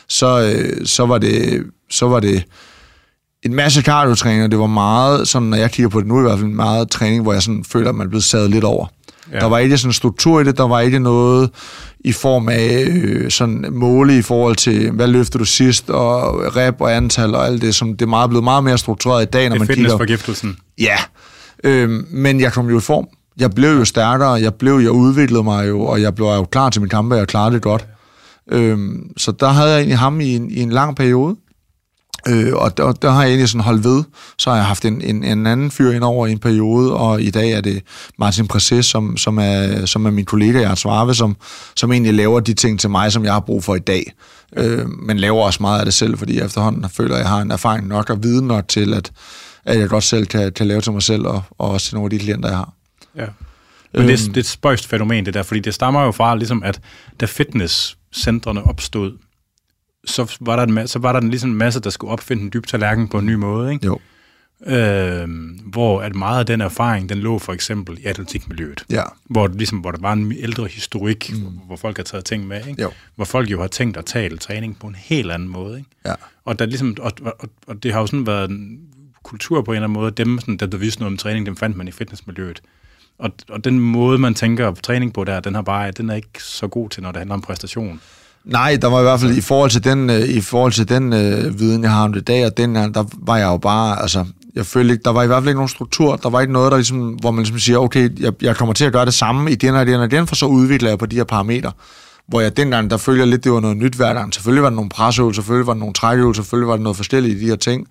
så var det en masse cardio-træning, og det var meget, sådan, når jeg kigger på det nu i hvert fald, meget træning, hvor jeg sådan føler, at man er blevet sadet lidt over. Ja. Der var ikke sådan en struktur i det, der var ikke noget i form af sådan måle i forhold til, hvad løfter du sidst, og rep og antal og alt det, som det er meget blevet meget mere struktureret i dag, når man kigger... fitnessforgiftelsen. Ja, men jeg kom jo i form. Jeg blev jo stærkere, jeg udviklede mig jo, og jeg blev jo klar til min kampe, og jeg klarede det godt. Så der havde jeg egentlig ham i en lang periode. Og der har jeg egentlig sådan holdt ved. Så har jeg haft en anden fyr ind over i en periode, og i dag er det Martin Præcé, som er min kollega i Artsvarve, som egentlig laver de ting til mig, som jeg har brug for i dag. Men laver også meget af det selv, fordi efterhånden føler, at jeg har en erfaring nok og viden nok til, at jeg godt selv kan lave til mig selv, og også til nogle af de klienter, jeg har. Ja. Men det er et spøjst fænomen, det der, fordi det stammer jo fra, ligesom at da fitnesscentrene opstod, så var der ligesom en masse, der skulle opfinde en dyb tallerken på en ny måde, ikke? Jo. Hvor at meget af den erfaring, den lå for eksempel i atletikmiljøet. Ja. Hvor der var en ældre historik, hvor folk har taget ting med, ikke? Jo. Hvor folk jo har tænkt at tale træning på en helt anden måde, ikke? Ja. Og der ligesom, og det har jo sådan været en kultur på en eller anden måde, dem, sådan, der vidste noget om træning, dem fandt man i fitnessmiljøet. Og den måde, man tænker på træning på der, den er ikke så god til, når det handler om præstation. Nej, der var i hvert fald i forhold til den viden, jeg har om det i dag, og der var jeg jo bare, altså, jeg følte ikke, der var i hvert fald ikke nogen struktur, der var ikke noget, der ligesom, hvor man ligesom siger, okay, jeg kommer til at gøre det samme i den og den, for så udvikler jeg på de her parametre. Hvor jeg dengang, der følte jeg lidt, det var noget nyt hver gang. Selvfølgelig var der nogle presøvelser, selvfølgelig var der nogle trækøvelser, selvfølgelig var der noget forskelligt i de her ting,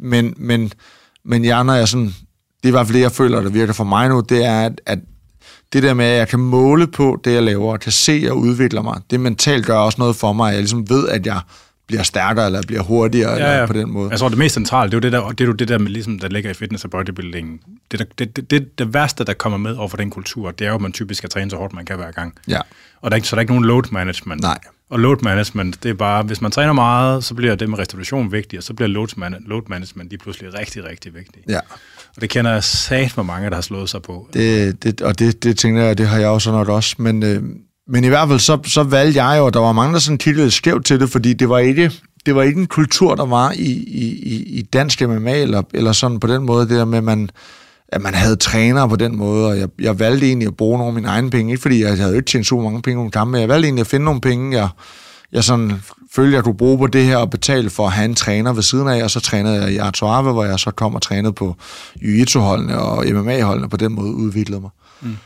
men jeg, når jeg sådan, det er i hvert fald det, jeg føler, der virker for mig nu, det er, at det der med, at jeg kan måle på det, jeg laver, og kan se og udvikle mig, det mentalt gør også noget for mig, at jeg ligesom ved, at jeg bliver stærkere, eller bliver hurtigere, ja. Eller på den måde. Jeg tror, det mest centrale, det er jo det der med, ligesom, der ligger i fitness og bodybuilding. Det værste, der kommer med over for den kultur, det er jo, at man typisk skal træne så hårdt, man kan hver gang. Ja. Og der er ikke nogen load management. Nej. Og load management, det er bare, hvis man træner meget, så bliver det med restitution vigtigt, og så bliver load management lige pludselig rigtig, rigtig vigtigt. Ja. Og det kender jeg sat for mange, der har slået sig på. Det tænker jeg, det har jeg også nok også. Men i hvert fald, så valgte jeg jo, og der var mange, der sådan kiggede lidt skævt til det, fordi det var ikke en kultur, der var i dansk MMA, eller sådan på den måde, det der med, at man havde trænere på den måde, og jeg valgte egentlig at bruge nogle af mine egne penge, ikke fordi jeg havde ikke tjent så mange penge om kampen, men jeg valgte egentlig at finde nogle penge, jeg sådan følte, jeg kunne bruge på det her og betale for at have en træner ved siden af, og så trænede jeg i Artsvarve, hvor jeg så kom og trænede på jiu-jitsu-holdene og MMA-holdene, på den måde udviklede mig.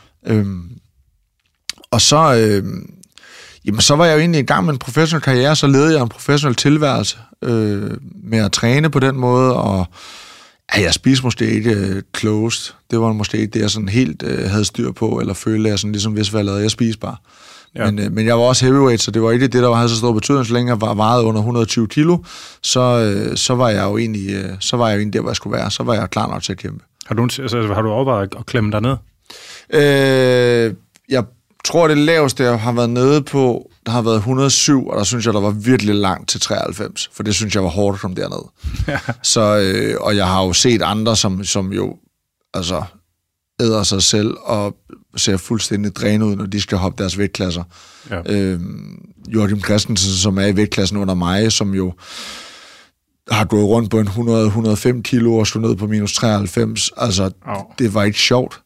Og så, så var jeg jo egentlig i gang med en professionel karriere, så levede jeg en professionel tilværelse med at træne på den måde, og jeg spiste måske ikke closed. Det var måske ikke det, jeg sådan helt havde styr på, eller følte, jeg sådan ligesom vidste, hvad jeg lavede. Jeg spiste bare. Ja. Men jeg var også heavyweight, så det var ikke det, der havde så stor betydning, så længe jeg var vejet under 120 kilo, så var jeg jo egentlig der, hvor jeg skulle være. Så var jeg klar nok til at kæmpe. Har du overvejet at klemme dig ned? Jeg tror, det laveste, jeg har været nede på, der har været 107, og der synes jeg, der var virkelig langt til 93, for det synes jeg var hårdt at komme dernede. Ja. Så, og jeg har jo set andre, som jo altså æder sig selv og ser fuldstændig drænet ud, når de skal hoppe deres vægtklasser. Ja. Joachim Christensen, som er i vægtklassen under mig, som jo har gået rundt på en 100-105 kilo og skulle ned på minus 93. Altså, det var ikke sjovt.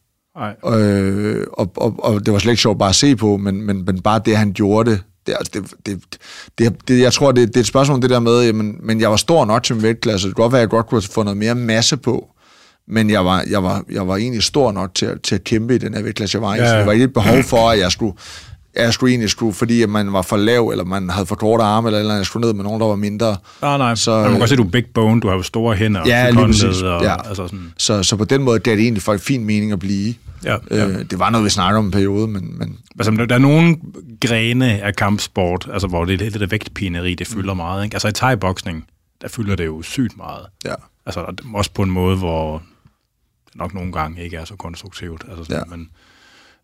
Og det var slet ikke sjovt bare at se på, men bare det, han gjorde det, jeg tror, det er et spørgsmål det der med, men jeg var stor nok til min vægtklasse, det kan godt være, at jeg godt kunne få noget mere masse på, men jeg var egentlig stor nok til at kæmpe i den her vægtklasse, jeg var i, så det var ikke et behov for, at jeg skulle, fordi at man var for lav, eller man havde for korte arme, eller jeg skulle ned med nogen, der var mindre. Nej. Så, man kan godt se, du er big bone, du har jo store hænder. Ja, lige præcis. Altså sådan. Så på den måde, det er det egentlig for en fin mening at blive. Ja. Det var noget, vi snakker om en periode, men... Altså, der er nogle grene af kampsport, altså, hvor det der vægtpineri, det fylder meget. Ikke? Altså i thai-boksning, der fylder det jo sygt meget. Ja. Altså også på en måde, hvor det nok nogle gange ikke er så konstruktivt. Altså sådan,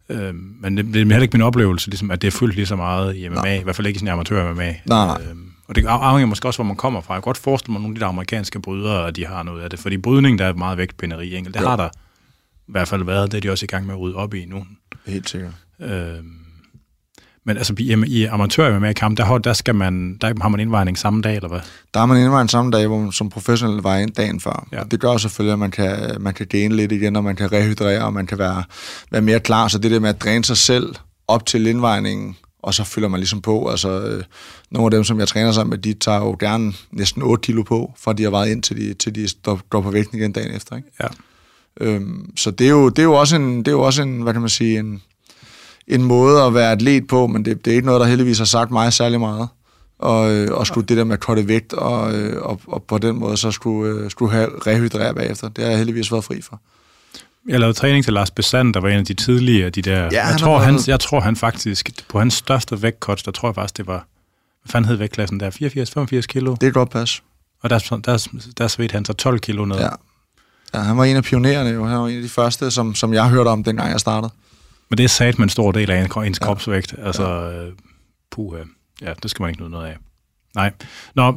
Men det er heller ikke min oplevelse, ligesom, at det er fyldt lige så meget i MMA, i hvert fald ikke i sådan en amatør-MMA. Nej. Og det afhænger måske også, hvor man kommer fra. Jeg kan godt forestille mig, at nogle af de der amerikanske brydere, at de har noget af det. Fordi brydning, der er meget vægtpinderi enkelt. Det har der i hvert fald været. Det er de også i gang med at rydde op i nu. Helt sikkert. Men altså i amatør-MMA-kamp, der har man indvejning samme dag, eller hvad? Der har man indvejning samme dag, hvor man som professionel var ind dagen før. Ja. Det gør selvfølgelig, at man kan gaine lidt igen, og man kan rehydrere, og man kan være mere klar. Så det der med at dræne sig selv op til indvejningen, og så fylder man ligesom på. Altså, nogle af dem, som jeg træner sammen med, de tager jo gerne næsten 8 kilo på, for de har været ind til de står på vægten igen dagen efter. Ikke? Ja. Så det er jo også en, hvad kan man sige, en måde at være atlet på, men det er ikke noget, der heldigvis har sagt mig særlig meget. Og skulle det der med at korte vægt, og på den måde så skulle have rehydrere bagefter. Det har jeg heldigvis været fri for. Jeg lavede træning til Lars Besand, der var en af de tidligere, de der... Ja, jeg tror han faktisk, på hans største vægtcuts, der tror jeg faktisk, det var... Hvad fanden hed vægtklassen der? 84-85 kilo? Det er godt pas. Og der svedte han så 12 kilo ned. Ja, han var en af pionererne jo. Han var en af de første, som jeg hørte om, dengang jeg startede. Men det er sat med en stor del af ens kropsvægt. Altså, ja, det skal man ikke nyde noget af. Nej. Nå,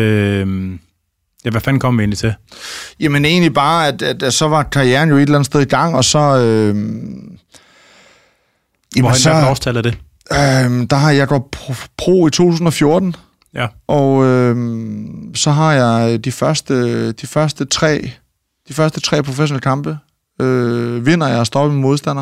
hvad fanden kom vi egentlig til? Jamen egentlig bare, at så var karrieren jo et eller andet sted i gang, og så... Hvor årstal er det? Der har jeg gået pro i 2014. Ja. Og så har jeg de første tre professionelle kampe. Vinder jeg og stopper min modstander.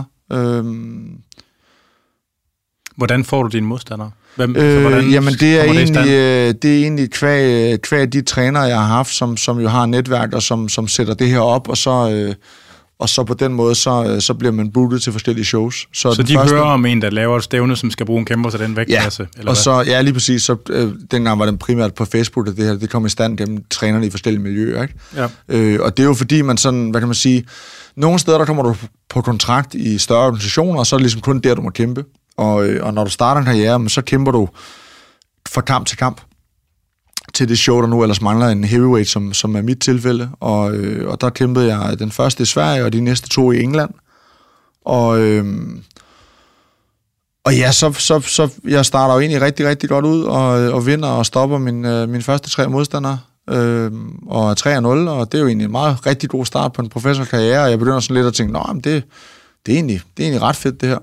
Hvordan får du dine modstandere? Jamen det er egentlig kvæg de trænere, jeg har haft, som jo har netværk, og som sætter det her op, og så på den måde, så bliver man booket til forskellige shows. Så de hører om en, der laver et stævne, som skal bruge en kæmper til den vægtklasse? Ja, eller og så, lige præcis. Så, dengang var den primært på Facebook, at det kom i stand gennem trænerne i forskellige miljøer. Ikke? Ja. Og det er jo fordi, man sådan, hvad kan man sige, nogle steder, der kommer du på kontrakt i større organisationer, og så er det ligesom kun der, du må kæmpe. Og når du starter en karriere, så kæmper du fra kamp til kamp til det show, der nu ellers mangler en heavyweight, som er mit tilfælde. Og der kæmpede jeg den første i Sverige, og de næste 2 i England. Og ja, så jeg starter jo egentlig rigtig, rigtig godt ud, og vinder og stopper mine første 3 modstandere. Og 3-0, og det er jo egentlig en meget rigtig god start på en professionel karriere, og jeg begynder sådan lidt at tænke, det er egentlig ret fedt, det her.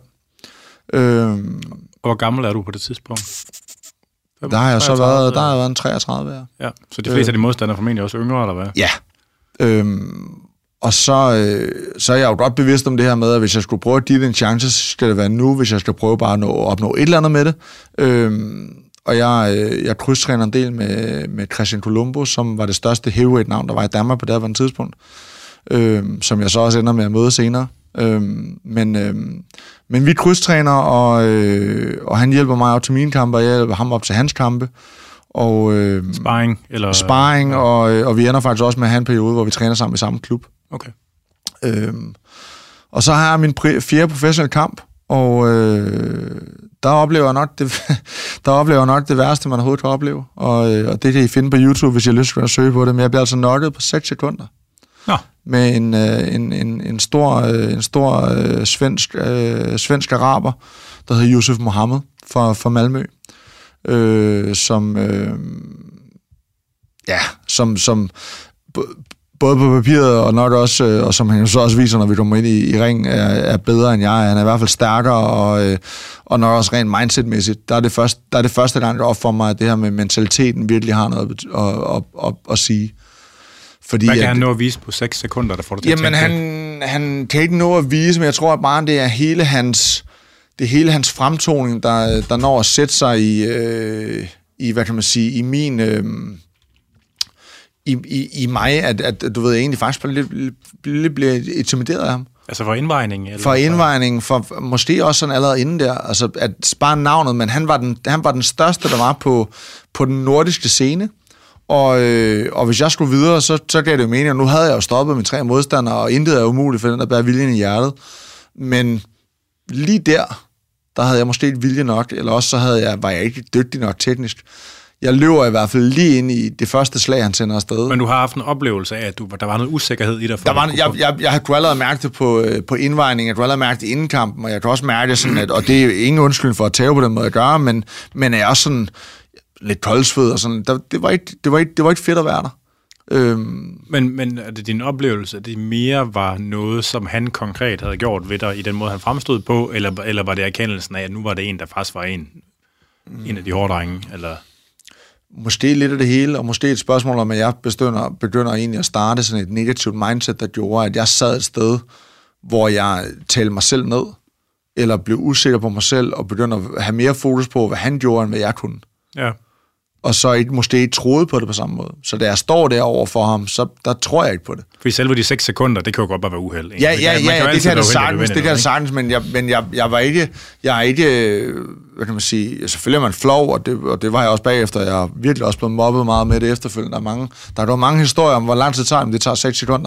Hvor gammel er du på det tidspunkt? Der har jeg så været en 33 her. Ja, så de fleste af de modstandere formentlig også yngre, eller hvad? Ja. Og så er jeg jo godt bevidst om det her med, at hvis jeg skulle prøve at give det en chance, så skal det være nu, hvis jeg skal prøve bare at opnå et eller andet med det. Og jeg krydstræner en del med Christian Colombo, som var det største heavyweight-navn, der var i Danmark på det her tidspunkt. Som jeg så også ender med at møde senere. Men vi krydstræner, og han hjælper mig op til mine kampe, og jeg hjælper ham op til hans kampe. Og, sparring, og vi ender faktisk også med at have en periode, hvor vi træner sammen i samme klub. Okay. Og så har jeg min 4. professionelle kamp, og der oplever jeg nok det værste, man overhovedet kan opleve. Og det kan I finde på YouTube, hvis I har lyst til at søge på det, men jeg bliver altså knocket på 6 sekunder. Ja. Med en stor svensk araber, der hedder Yusuf Mohammed fra Malmø, som både på papiret og nok også, og som han jo så også viser, når vi kommer ind i ring, er bedre end jeg. Han er i hvert fald stærkere, og nok også rent mindsetmæssigt. Der er det første gang, der op for mig, at det her med mentaliteten virkelig har noget at sige. Fordi hvad kan han nå at vise på 6 sekunder, der får det til at tænke? Jamen, han kan ikke nå at vise, men jeg tror at bare, det er hele hans fremtoning, der når at sætte sig i hvad kan man sige, i min... I mig, at du ved, egentlig faktisk lidt bliver intimideret af ham. Altså for indvejning? Eller for indvejning, for måske også sådan allerede inden der, altså at spare navnet, men han var den største, der var på den nordiske scene. Og hvis jeg skulle videre, så gav det jo mening, og nu havde jeg jo stoppet med 3 modstandere, og intet er umuligt for den, der bærer viljen i hjertet. Men lige der havde jeg måske ikke vilje nok, eller også så var jeg ikke dygtig nok teknisk. Jeg løber i hvert fald lige ind i det første slag, han sender afsted. Men du har haft en oplevelse af, at der var noget usikkerhed i dig? Jeg kunne allerede mærke det på indvejningen, jeg kunne allerede mærke det inden kampen, og jeg kunne også mærke det sådan, og det er ingen undskyldning for at tage på den måde at gøre, men jeg er også sådan lidt koldsved og sådan. Det var ikke fedt at være der. Men er det din oplevelse, at det mere var noget, som han konkret havde gjort ved dig i den måde, han fremstod på, eller var det erkendelsen af, at nu var det en, der faktisk var en af de hårde drenge, eller... Måske lidt af det hele, og måske et spørgsmål om, at jeg begynder egentlig at starte sådan et negativt mindset, der gjorde, at jeg sad et sted, hvor jeg talte mig selv ned, eller blev usikker på mig selv, og begynder at have mere fokus på, hvad han gjorde, end hvad jeg kunne. Ja. Og så måske ikke troede på det på samme måde. Så da jeg står derovre for ham, så der tror jeg ikke på det. Fordi selve de 6 sekunder, det kan jo godt bare være uheld. Ja, det kan det sagtens, men jeg var ikke, hvad kan man sige, selvfølgelig er man flov, og det var jeg også bagefter. Jeg har virkelig også blevet mobbet meget med det efterfølgende. Der er mange historier om, hvor lang tid det tager 6 sekunder.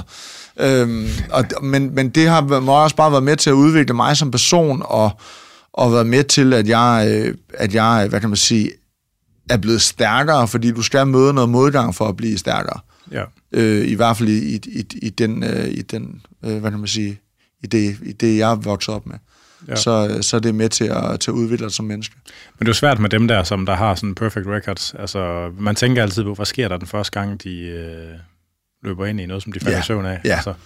Men det har også bare været med til at udvikle mig som person, og været med til, at jeg, hvad kan man sige, er blevet stærkere, fordi du skal møde noget modgang for at blive stærkere. Ja. I hvert fald i den hvad kan man sige, i det jeg er vokset op med. Ja. Så er det med til at udvikle dig som menneske. Men det er jo svært med dem der har sådan perfect records. Altså, man tænker altid på, hvad sker der den første gang, de løber ind i noget, som de falder i søvn af. Ja. Altså.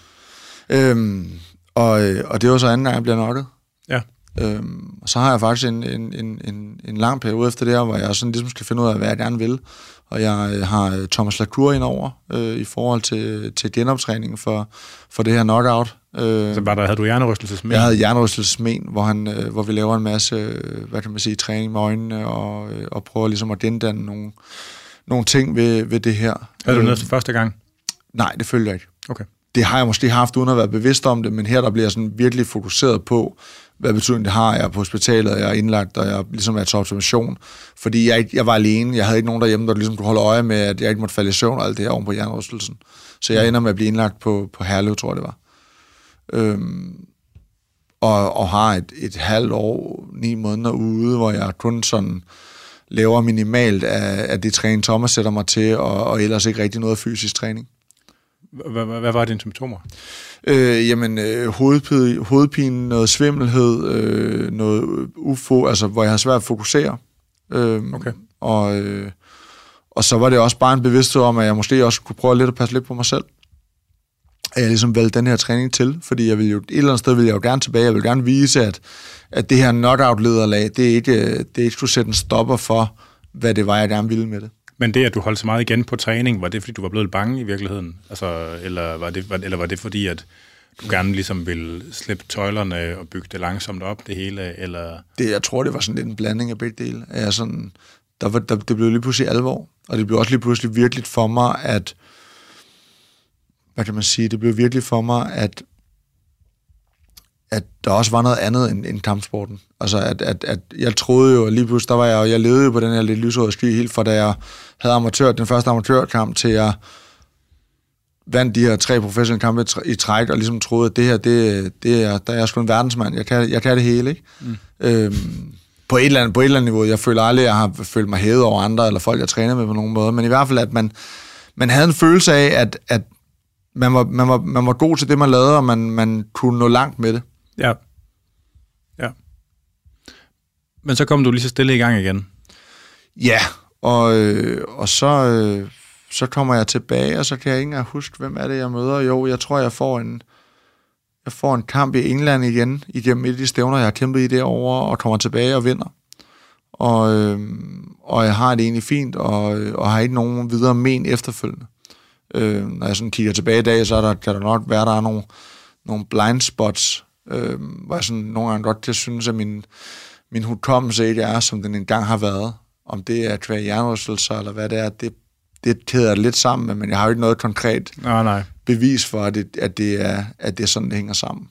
Og det var så anden gang, jeg bliver nokket. Ja. Og så har jeg faktisk en lang periode efter det her, hvor jeg sådan ligesom skal finde ud af, hvad jeg gerne vil. Og jeg har Thomas Lacour ind over i forhold til genoptræningen for det her knockout. Så bare havde du hjernerystelsesmen? Jeg havde hjernerystelsesmen, hvor vi laver en masse, hvad kan man sige, træning med øjnene, og prøver ligesom at gendanne nogle ting ved det her. Havde du næste første gang? Nej, det følte jeg ikke. Okay. Det har jeg måske haft, uden at være bevidst om det, men her der bliver jeg sådan virkelig fokuseret på, hvad betydning det har. Jeg er på hospitalet, jeg er indlagt, og jeg ligesom er til observation. Fordi jeg var alene. Jeg havde ikke nogen derhjemme, der ligesom kunne holde øje med, at jeg ikke måtte falde i søvn og alt det her oven på hjernerystelsen. Så jeg ender med at blive indlagt på Herlev, tror jeg det var. Og har et halvt år, 9 måneder ude, hvor jeg kun sådan laver minimalt af det træning, Thomas sætter mig til, og ellers ikke rigtig noget fysisk træning. Hvad var dine symptomer? Hovedpine, noget svimmelhed, noget ufo, altså hvor jeg havde svært at fokusere. Okay. Og så var det også bare en bevidsthed om, at jeg måske også kunne prøve lidt at passe lidt på mig selv. At jeg ligesom valgte den her træning til, fordi jeg ville jo, et eller andet sted ville jeg jo gerne tilbage. Jeg ville gerne vise, at det her knockout-lederlag, det ikke skulle sætte en stopper for, hvad det var, jeg gerne ville med det. Men det, at du holdt så meget igen på træning, var det, fordi du var blevet bange i virkeligheden? Altså, eller var det fordi, at du gerne ligesom ville slippe tøjlerne og bygge det langsomt op, det hele? Eller? Jeg tror, det var sådan lidt en blanding af begge dele. Det blev lige pludselig alvor, og det blev også lige pludselig virkeligt for mig, at hvad kan man sige, det blev virkelig for mig, at der også var noget andet end kampsporten. Altså, at jeg troede jo, lige pludselig, jeg levede jo på den her lidt lysrøde sky, helt fra da jeg havde den første amatørkamp, til jeg vandt de her 3 professionelle kampe i træk, og ligesom troede, at det her, der er jeg sgu en verdensmand. Jeg kan det hele, ikke? På et eller andet niveau. Jeg føler aldrig, at jeg har følt mig hævet over andre, eller folk, jeg træner med på nogen måde, men i hvert fald, at man havde en følelse af, at man var god til det, man lavede, og man kunne nå langt med det. Ja. Men så kom du lige så stille i gang igen. Ja, og så kommer jeg tilbage, og så kan jeg ikke engang huske, hvem er det, jeg møder. Jo, jeg tror, jeg får en kamp i England igen, igennem et af de stævner, jeg har kæmpet i derovre, og kommer tilbage og vinder. Og jeg har det egentlig fint, og har ikke nogen videre men efterfølgende. Når jeg sådan kigger tilbage i dag, så kan der nok være, der er nogle blind spots, hvor jeg sådan nogle gange godt kan synes, at min hukommelse ikke er, som den engang har været. Om det er kvæg hjernerystelser, eller hvad det er, det kæder jeg lidt sammen med, men jeg har jo ikke noget konkret bevis for, at det er sådan, det hænger sammen.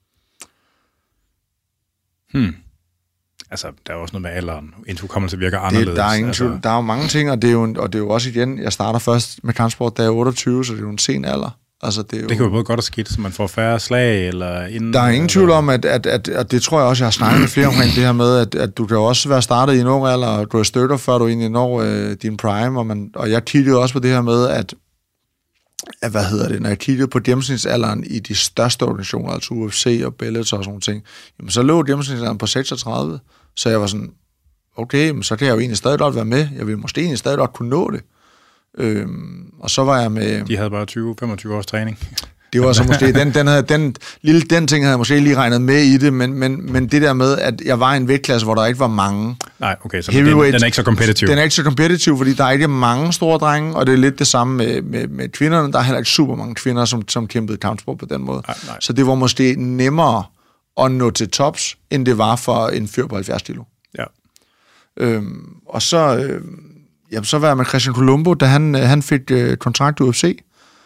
Altså, der er også noget med alderen. Ens hukommelse virker anderledes. Der er jo mange ting, og det er jo også igen, jeg starter først med kampsport, da jeg er 28, så det er jo en sen alder. Altså, det kan jo både godt og skidt, så man får færre slag, eller inden... Der er ingen tvivl om, at det tror jeg også, jeg har snakket med flere omkring det her med, at du kan også være startet i en ung alder, og du er støtter, før du egentlig når din prime, og jeg kiggede også på det her med, at når jeg kiggede på gennemsnitsalderen i de største organisationer, altså UFC og Bellator og sådan nogle ting, jamen, så lå gennemsnitsalderen på 36, så jeg var sådan, okay, men så kan jeg jo egentlig stadig godt være med, jeg vil måske egentlig stadig godt kunne nå det. Og så var jeg med... De havde bare 20-25 års træning. Det var så måske, den ting havde jeg måske lige regnet med i det, men det der med, at jeg var i en vægtklasse, hvor der ikke var mange. Nej, okay, så den er ikke så kompetitiv. Den er ikke så kompetitiv, fordi der er ikke mange store drenge, og det er lidt det samme med kvinderne. Der er heller ikke super mange kvinder, som kæmpede kampsport på den måde. Nej. Så det var måske nemmere at nå til tops, end det var for en fyr på 70 kilo. Ja. Og så... så var jeg med Christian Colombo, da han fik kontrakt i UFC,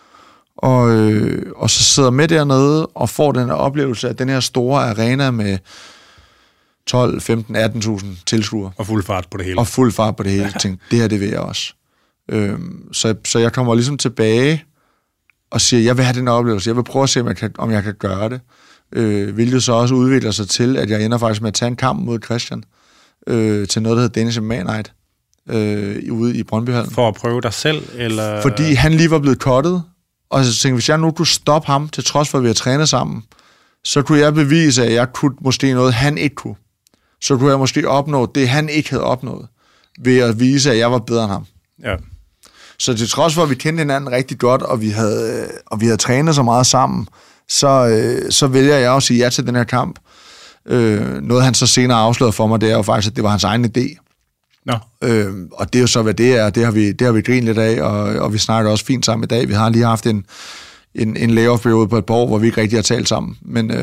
og så sidder med dernede og får den her oplevelse af den her store arena med 12, 15, 18.000 tilskuere. Og fuld fart på det hele. Og fuld fart på det hele. Jeg tænkte, det her, det vil jeg også. Så jeg kommer ligesom tilbage og siger, jeg vil have den her oplevelse. Jeg vil prøve at se, om jeg kan gøre det. Hvilket så også udvikler sig til, at jeg ender faktisk med at tage en kamp mod Christian til noget, der hedder Danish MMA Night. Ude i Brøndbyhallen. For at prøve dig selv? Eller? Fordi han lige var blevet cuttet, og så tænkte, hvis jeg nu kunne stoppe ham, til trods for, at vi har trænet sammen, så kunne jeg bevise, at jeg kunne måske noget, han ikke kunne. Så kunne jeg måske opnå det, han ikke havde opnået, ved at vise, at jeg var bedre end ham. Ja. Så til trods for, at vi kendte hinanden rigtig godt, og vi havde trænet så meget sammen, så vælger jeg også at sige ja til den her kamp. Noget, han så senere afslørede for mig, det er jo faktisk, at det var hans egen idé. No. Og det er jo så, hvad det er. Det har vi grinet lidt af, og vi snakker også fint sammen i dag. Vi har lige haft en layoff-periode på et par år, hvor vi ikke rigtig har talt sammen.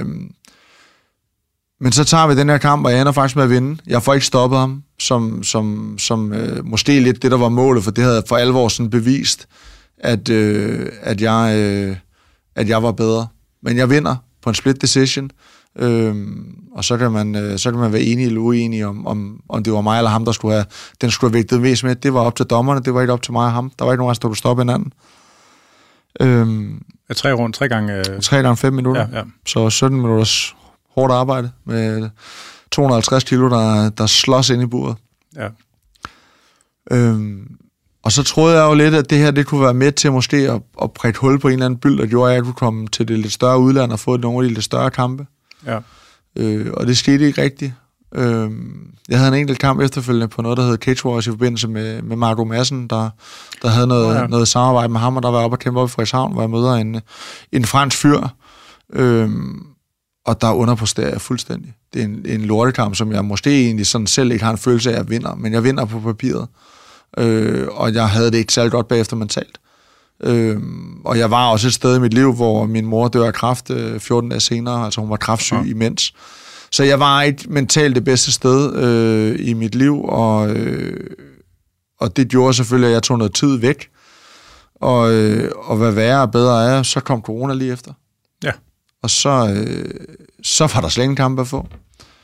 Men så tager vi den her kamp, og jeg ender faktisk med at vinde. Jeg får ikke stoppet ham, som måske lidt det, der var målet, for det havde for alvor sådan bevist, at jeg var bedre. Men jeg vinder på en split decision. Og så kan man være enig eller uenig om det var mig eller ham, der skulle have vægtet mest med. Det var op til dommerne, det var ikke op til mig og ham. Der var ikke nogen, der stod at stoppe hinanden. 3 gange... 3 gange 5 minutter. Ja. Så 17 minutters hårdt arbejde med 250 kilo, der slås ind i buret. Ja. Og så troede jeg jo lidt, at det her det kunne være med til måske at prikke hul på en eller anden byld, der gjorde, at jeg kunne komme til det lidt større udland og få nogle af de lidt større kampe. Ja. Og det skete ikke rigtigt. Jeg havde en enkelt kamp efterfølgende på noget, der hed Cage Wars i forbindelse med Marco Madsen, der havde noget samarbejde med ham, og der var oppe og kæmpe op i Frederikshavn, hvor jeg møder en fransk fyr, og der underposterer jeg fuldstændig. Det er en lortekamp, som jeg måske egentlig sådan selv ikke har en følelse af, at jeg vinder, men jeg vinder på papiret. Og jeg havde det ikke særlig godt bagefter mentalt. Og jeg var også et sted i mit liv, hvor min mor dør af kræft 14 dage senere, altså hun var kræftsyg imens. Så jeg var ikke mentalt det bedste sted i mit liv, og det gjorde selvfølgelig, at jeg tog noget tid væk. Og hvad værre og bedre er, så kom corona lige efter. Ja. Og så var der slet ingen kamp at få.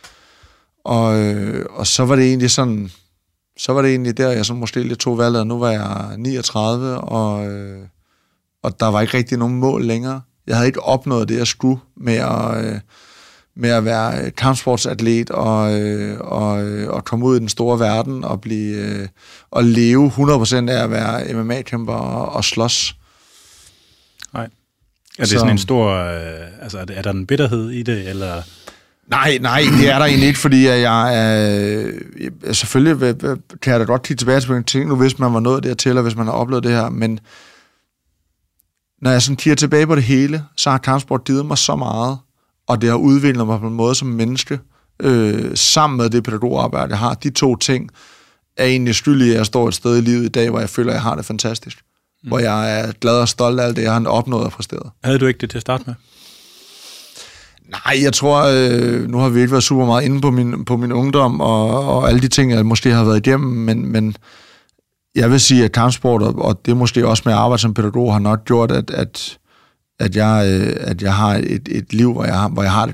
Og så var det egentlig sådan... Så var det egentlig der, jeg så måske lidt tog valget, og nu var jeg 39, og der var ikke rigtig nogen mål længere. Jeg havde ikke opnået det, jeg skulle med at være kampsportsatlet og komme ud i den store verden og leve 100% af at være MMA-kæmper og slås. Nej. Er det sådan en stor... er der en bitterhed i det, eller... Nej, det er der egentlig ikke, fordi jeg selvfølgelig kan jeg da godt kigge tilbage til ting nu, hvis man var nået dertil, og hvis man har oplevet det her, men når jeg sådan kigger tilbage på det hele, så har kampsport givet mig så meget, og det har udviklet mig på en måde som menneske, sammen med det pædagogarbejde, jeg har. De 2 ting er egentlig skyldige, at jeg står et sted i livet i dag, hvor jeg føler, at jeg har det fantastisk. Hvor jeg er glad og stolt af alt det, jeg har opnået og præsteret. Havde du ikke det til at starte med? Nej, jeg tror, nu har vi ikke været super meget inde på min ungdom, og alle de ting, jeg måske har været igennem, men jeg vil sige, at kampsport, og det er måske også med at arbejde som pædagog, har nok gjort, at jeg har et liv, hvor jeg har det godt,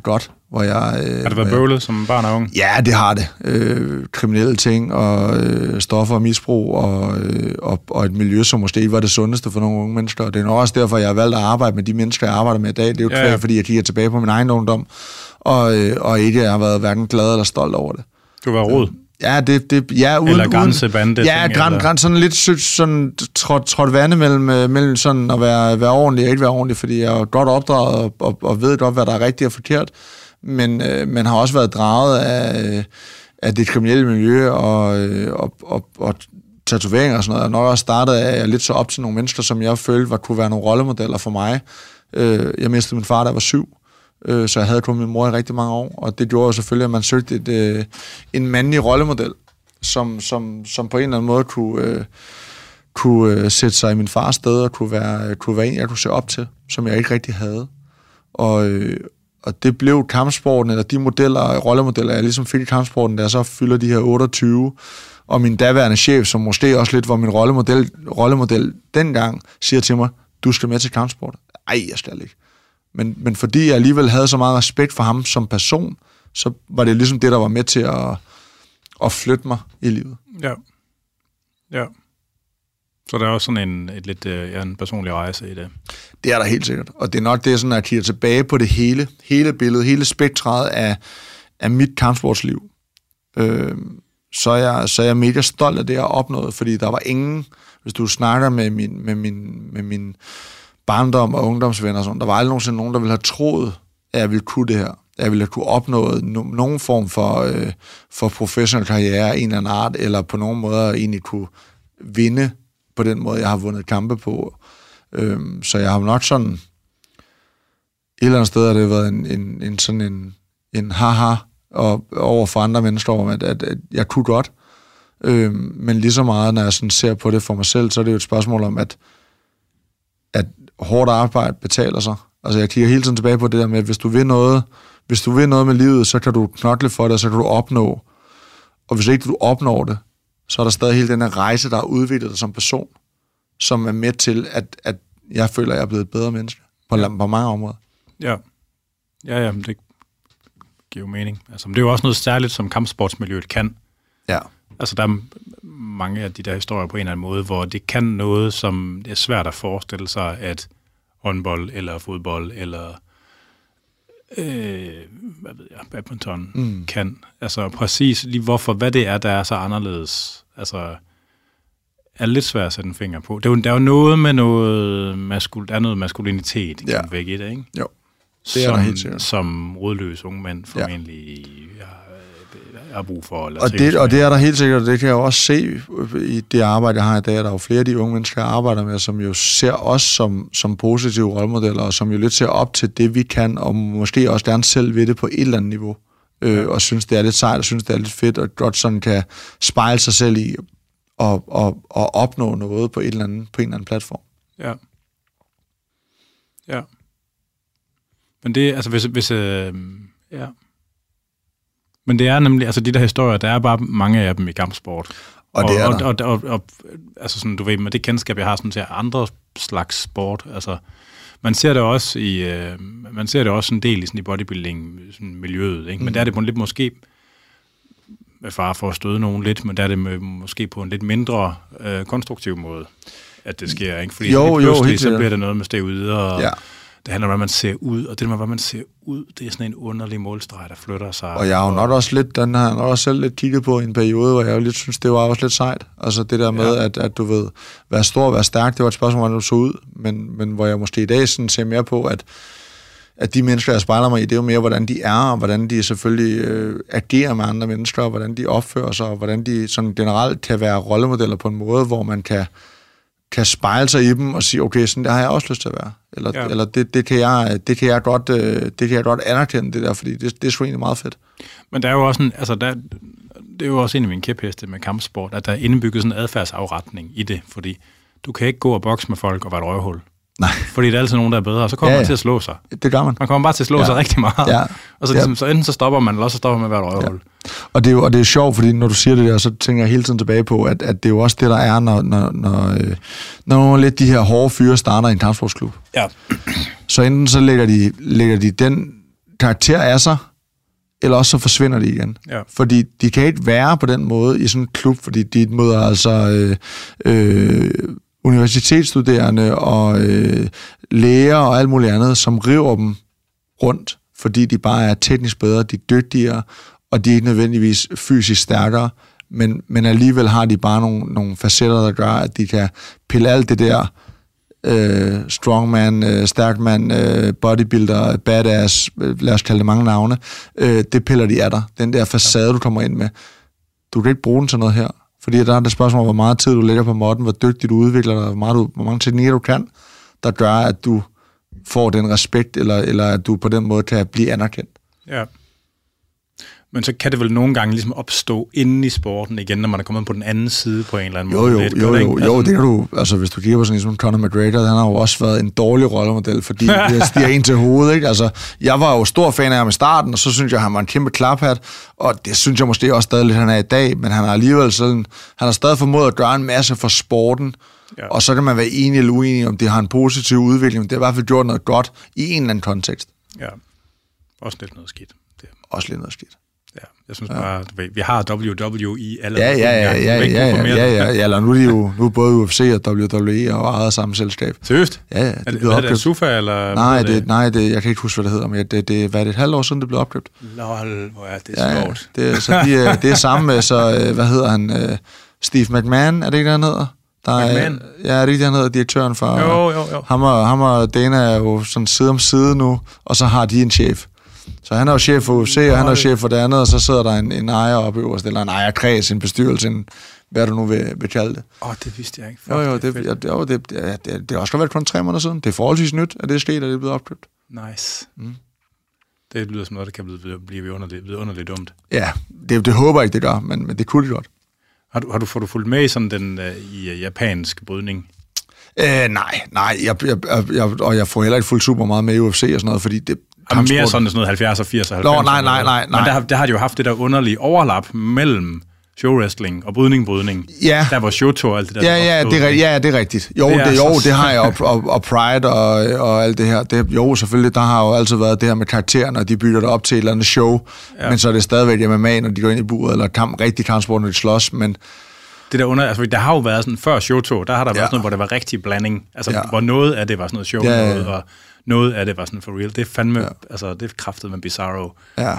hvor jeg... Har det været bøvlet som barn og unge? Ja, det har det. Kriminelle ting og stoffer og misbrug og et miljø, som måske ikke var det sundeste for nogle unge mennesker. Og det er nok også derfor, jeg har valgt at arbejde med de mennesker, jeg arbejder med i dag. Det er jo kvæg, fordi jeg kigger tilbage på min egen ungdom, og ikke har været hverken glad eller stolt over det. Du var rod? Ja, uden... Eller grænsebande? Ja, sådan lidt sådan trådt vande mellem sådan at være ordentlig og ikke være ordentlig, fordi jeg er godt opdraget og ved godt, hvad der er rigtigt og forkert, men har også været draget af det kriminelle miljø og tatoveringer og sådan noget. Og nok også startede af, at jeg lidt så op til nogle mennesker, som jeg følte kunne være nogle rollemodeller for mig. Jeg mistede min far, da jeg var 7. Så jeg havde kun min mor i rigtig mange år, og det gjorde jo selvfølgelig, at man søgte en mandlig rollemodel, som på en eller anden måde kunne sætte sig i min fars sted, og kunne være en, jeg kunne se op til, som jeg ikke rigtig havde. Og det blev kampsporten, eller de rollemodeller, jeg ligesom fik i kampsporten, da jeg så fylder de her 28, og min daværende chef, som måske også lidt var min rollemodel dengang, siger til mig, du skal med til kampsport. Ej, jeg skal ikke. Men fordi jeg alligevel havde så meget respekt for ham som person, så var det ligesom det, der var med til at flytte mig i livet. Ja. Så der er også sådan en personlig rejse i det. Det er der helt sikkert. Og det er nok det, sådan, at jeg kigger tilbage på det hele billedet, hele spektret af mit kampsportsliv. Så er jeg mega stolt af det, jeg har opnået, fordi der var ingen, hvis du snakker med min barndom og ungdomsvenner, sådan, der var aldrig nogensinde nogen, der ville have troet, at jeg ville kunne det her. At jeg ville have kunne opnå nogen form for professionel karriere af en eller anden art, eller på nogen måde egentlig kunne vinde på den måde, jeg har vundet kampe på. Så jeg har nok sådan et eller andet sted, har det været en haha og over for andre mennesker, om at jeg kunne godt. Men lige så meget, når jeg sådan ser på det for mig selv, så er det jo et spørgsmål om, at hårdt arbejde betaler sig. Altså jeg kigger hele tiden tilbage på det der med, at hvis du vil noget med livet, så kan du knokle for det, og så kan du opnå. Og hvis ikke du opnår det, så er der stadig hele den her rejse, der er udviklet dig som person, som er med til, at jeg føler, at jeg er blevet et bedre menneske på mange områder. Ja, det giver jo mening. Altså, det er jo også noget særligt, som kampsportsmiljøet kan. Ja. Altså, der er mange af de der historier på en eller anden måde, hvor det kan noget, som det er svært at forestille sig, at håndbold eller fodbold eller badminton kan. Altså præcis lige hvad det er, der er så anderledes. Altså er lidt svært at sætte en finger på. Der er jo noget med noget maskulinitet væk i det, ikke? Jo, det er der helt sikkert. Som rodløse unge mænd formentlig har brug for. Og det er der helt sikkert, det kan jeg også se i det arbejde, jeg har i dag. Der er jo flere af de unge mennesker, jeg arbejder med, som jo ser os som positive rollemodeller, og som jo lidt ser op til det, vi kan, og måske også gerne selv ved det på et eller andet niveau. Og synes, det er lidt sejt, og synes, det er lidt fedt, og godt sådan kan spejle sig selv i og opnå noget på en eller anden platform. Ja. Men det, altså hvis Men det er nemlig, altså de der historier, der er bare mange af dem i kampsport. Og det er der. Og altså sådan, du ved, med det kendskab, jeg har sådan til andre slags sport, altså man ser det også en del i sådan i bodybuilding sådan miljøet, ikke? Men der er det på en lidt måske med fare for at støde nogen lidt, men der er det måske på en lidt mindre konstruktiv måde, at det sker, ikke? Fordi pludselig så bliver det noget med at stå ude, og det handler om, hvordan man ser ud, og det med, hvordan man ser ud, det er sådan en underlig målstreg, der flytter sig. Og jeg har jo nok også lidt, den har jeg nok også selv lidt kigget på i en periode, hvor jeg jo lidt synes, det var også lidt sejt. Altså det der med, at du ved, være stor og være stærk, det var et spørgsmål, hvordan du så ud, men hvor jeg måske i dag sådan ser mere på, at de mennesker, jeg spejler mig i, det er jo mere, hvordan de er, og hvordan de selvfølgelig agerer med andre mennesker, og hvordan de opfører sig, og hvordan de sådan generelt kan være rollemodeller på en måde, hvor man kan spejle sig i dem og sige, okay, sådan der har jeg også lyst til at være. Eller det kan jeg godt anerkende det der, fordi det er sgu egentlig meget fedt. Men der er jo også det er jo også en af mine kæpheste med kampsport, at der er indbygget sådan en adfærdsafretning i det, fordi du kan ikke gå og bokse med folk og være et røvhul. Nej. Fordi der er altid nogen, der er bedre, og så kommer man til at slå sig. Det gør man. Man kommer bare til at slå sig rigtig meget. Ja. Og så, ligesom, så enten så stopper man, eller også så stopper man med at være et røvhul. Ja. Og det er sjovt, fordi når du siger det der, så tænker jeg hele tiden tilbage på, at det er jo også det, der er, når lidt de her hårde fyre starter i en kampsportsklub. Ja. Så enten så lægger de den karakter af sig, eller også så forsvinder de igen. Ja. Fordi de kan ikke være på den måde i sådan en klub, fordi de møder altså universitetsstuderende og læger og alt muligt andet, som river dem rundt, fordi de bare er teknisk bedre, de er dygtigere, og de er ikke nødvendigvis fysisk stærkere, men alligevel har de bare nogle facetter, der gør, at de kan pille alt det der strongman, stærkman, bodybuilder, badass, lad os kalde det mange navne, det piller de af dig. Den der facade, du kommer ind med, du kan ikke bruge den til noget her. Fordi der er det spørgsmål, hvor meget tid du lægger på måtten, hvor dygtig du udvikler dig, hvor mange teknikker du kan, der gør, at du får den respekt, eller at du på den måde kan blive anerkendt. Ja. Men så kan det vel nogle gange ligesom opstå inde i sporten igen, når man er kommet på den anden side på en eller anden måde. Jo, det kan du. Altså, hvis du kigger på sådan en som Conor McGregor, han har jo også været en dårlig rollemodel, fordi det stiger en til hovedet, ikke? Altså, jeg var jo stor fan af ham i starten, og så synes jeg, han var en kæmpe klaphat, og det synes jeg måske også stadig lidt, han er i dag, men han har alligevel sådan, han har stadig formået at gøre en masse for sporten, og så kan man være enig eller uenig, om det har en positiv udvikling, men det har i hvert fald gjort noget godt i en eller anden kontekst. Ja, også lidt noget skidt. Også lidt noget skidt. Ja, jeg synes bare, vi har WWE alle. Ja, eller nu er både UFC og WWE og ejet samme selskab. Seriøst? Ja, det er det Sufa, eller? Nej, jeg kan ikke huske, hvad det hedder, men det er et halvt år siden, det blev opkøbt. Lol, hvor er det sjovt. Det er samme med, så, hvad hedder han, Steve McMahon, er det ikke, han hedder? McMahon? Ja, er det ikke, han hedder, direktøren for... Jo. Ham og Dana er jo sådan side om side nu, og så har de en chef. Så han er jo chef for UFC, og han er chef for det andet, og så sidder der en ejer oppe øverst, eller en ejerkreds, en bestyrelse, hvad du nu vil kalde det. Det vidste jeg ikke. Det har også været kun 3 måneder siden. Det er forholdsvis nyt, at det er sket, at det er blevet opkøbt. Nice. Det lyder som noget, der kan blive underligt dumt. Ja, det håber jeg ikke, det gør, men det kunne det godt. Får du fulgt med i sådan den i japansk brydning? Nej, jeg får heller ikke fulgt super meget med i UFC og sådan noget, fordi det... Mere sådan noget 70'er, 80'er, 90'er. Nej. Men der har de jo haft det der underlige overlap mellem showwrestling og brydning. Ja. Der var Shoto og alt det der. Det er rigtigt. Det har jeg, og Pride og alt det her. Selvfølgelig, der har jo altid været det her med karaktererne, og de bygger det op til et eller andet show, men så er det stadigvæk MMA, når de går ind i buret, eller rigtig kampsport, når de slås, men... Det der der har jo været sådan, før Shoto, der har der været sådan noget, hvor det var rigtig blanding. Altså, hvor noget af det var sådan noget show, og noget af det var sådan for real. Det er fandme, det er kraftet med Bizarro. Ja.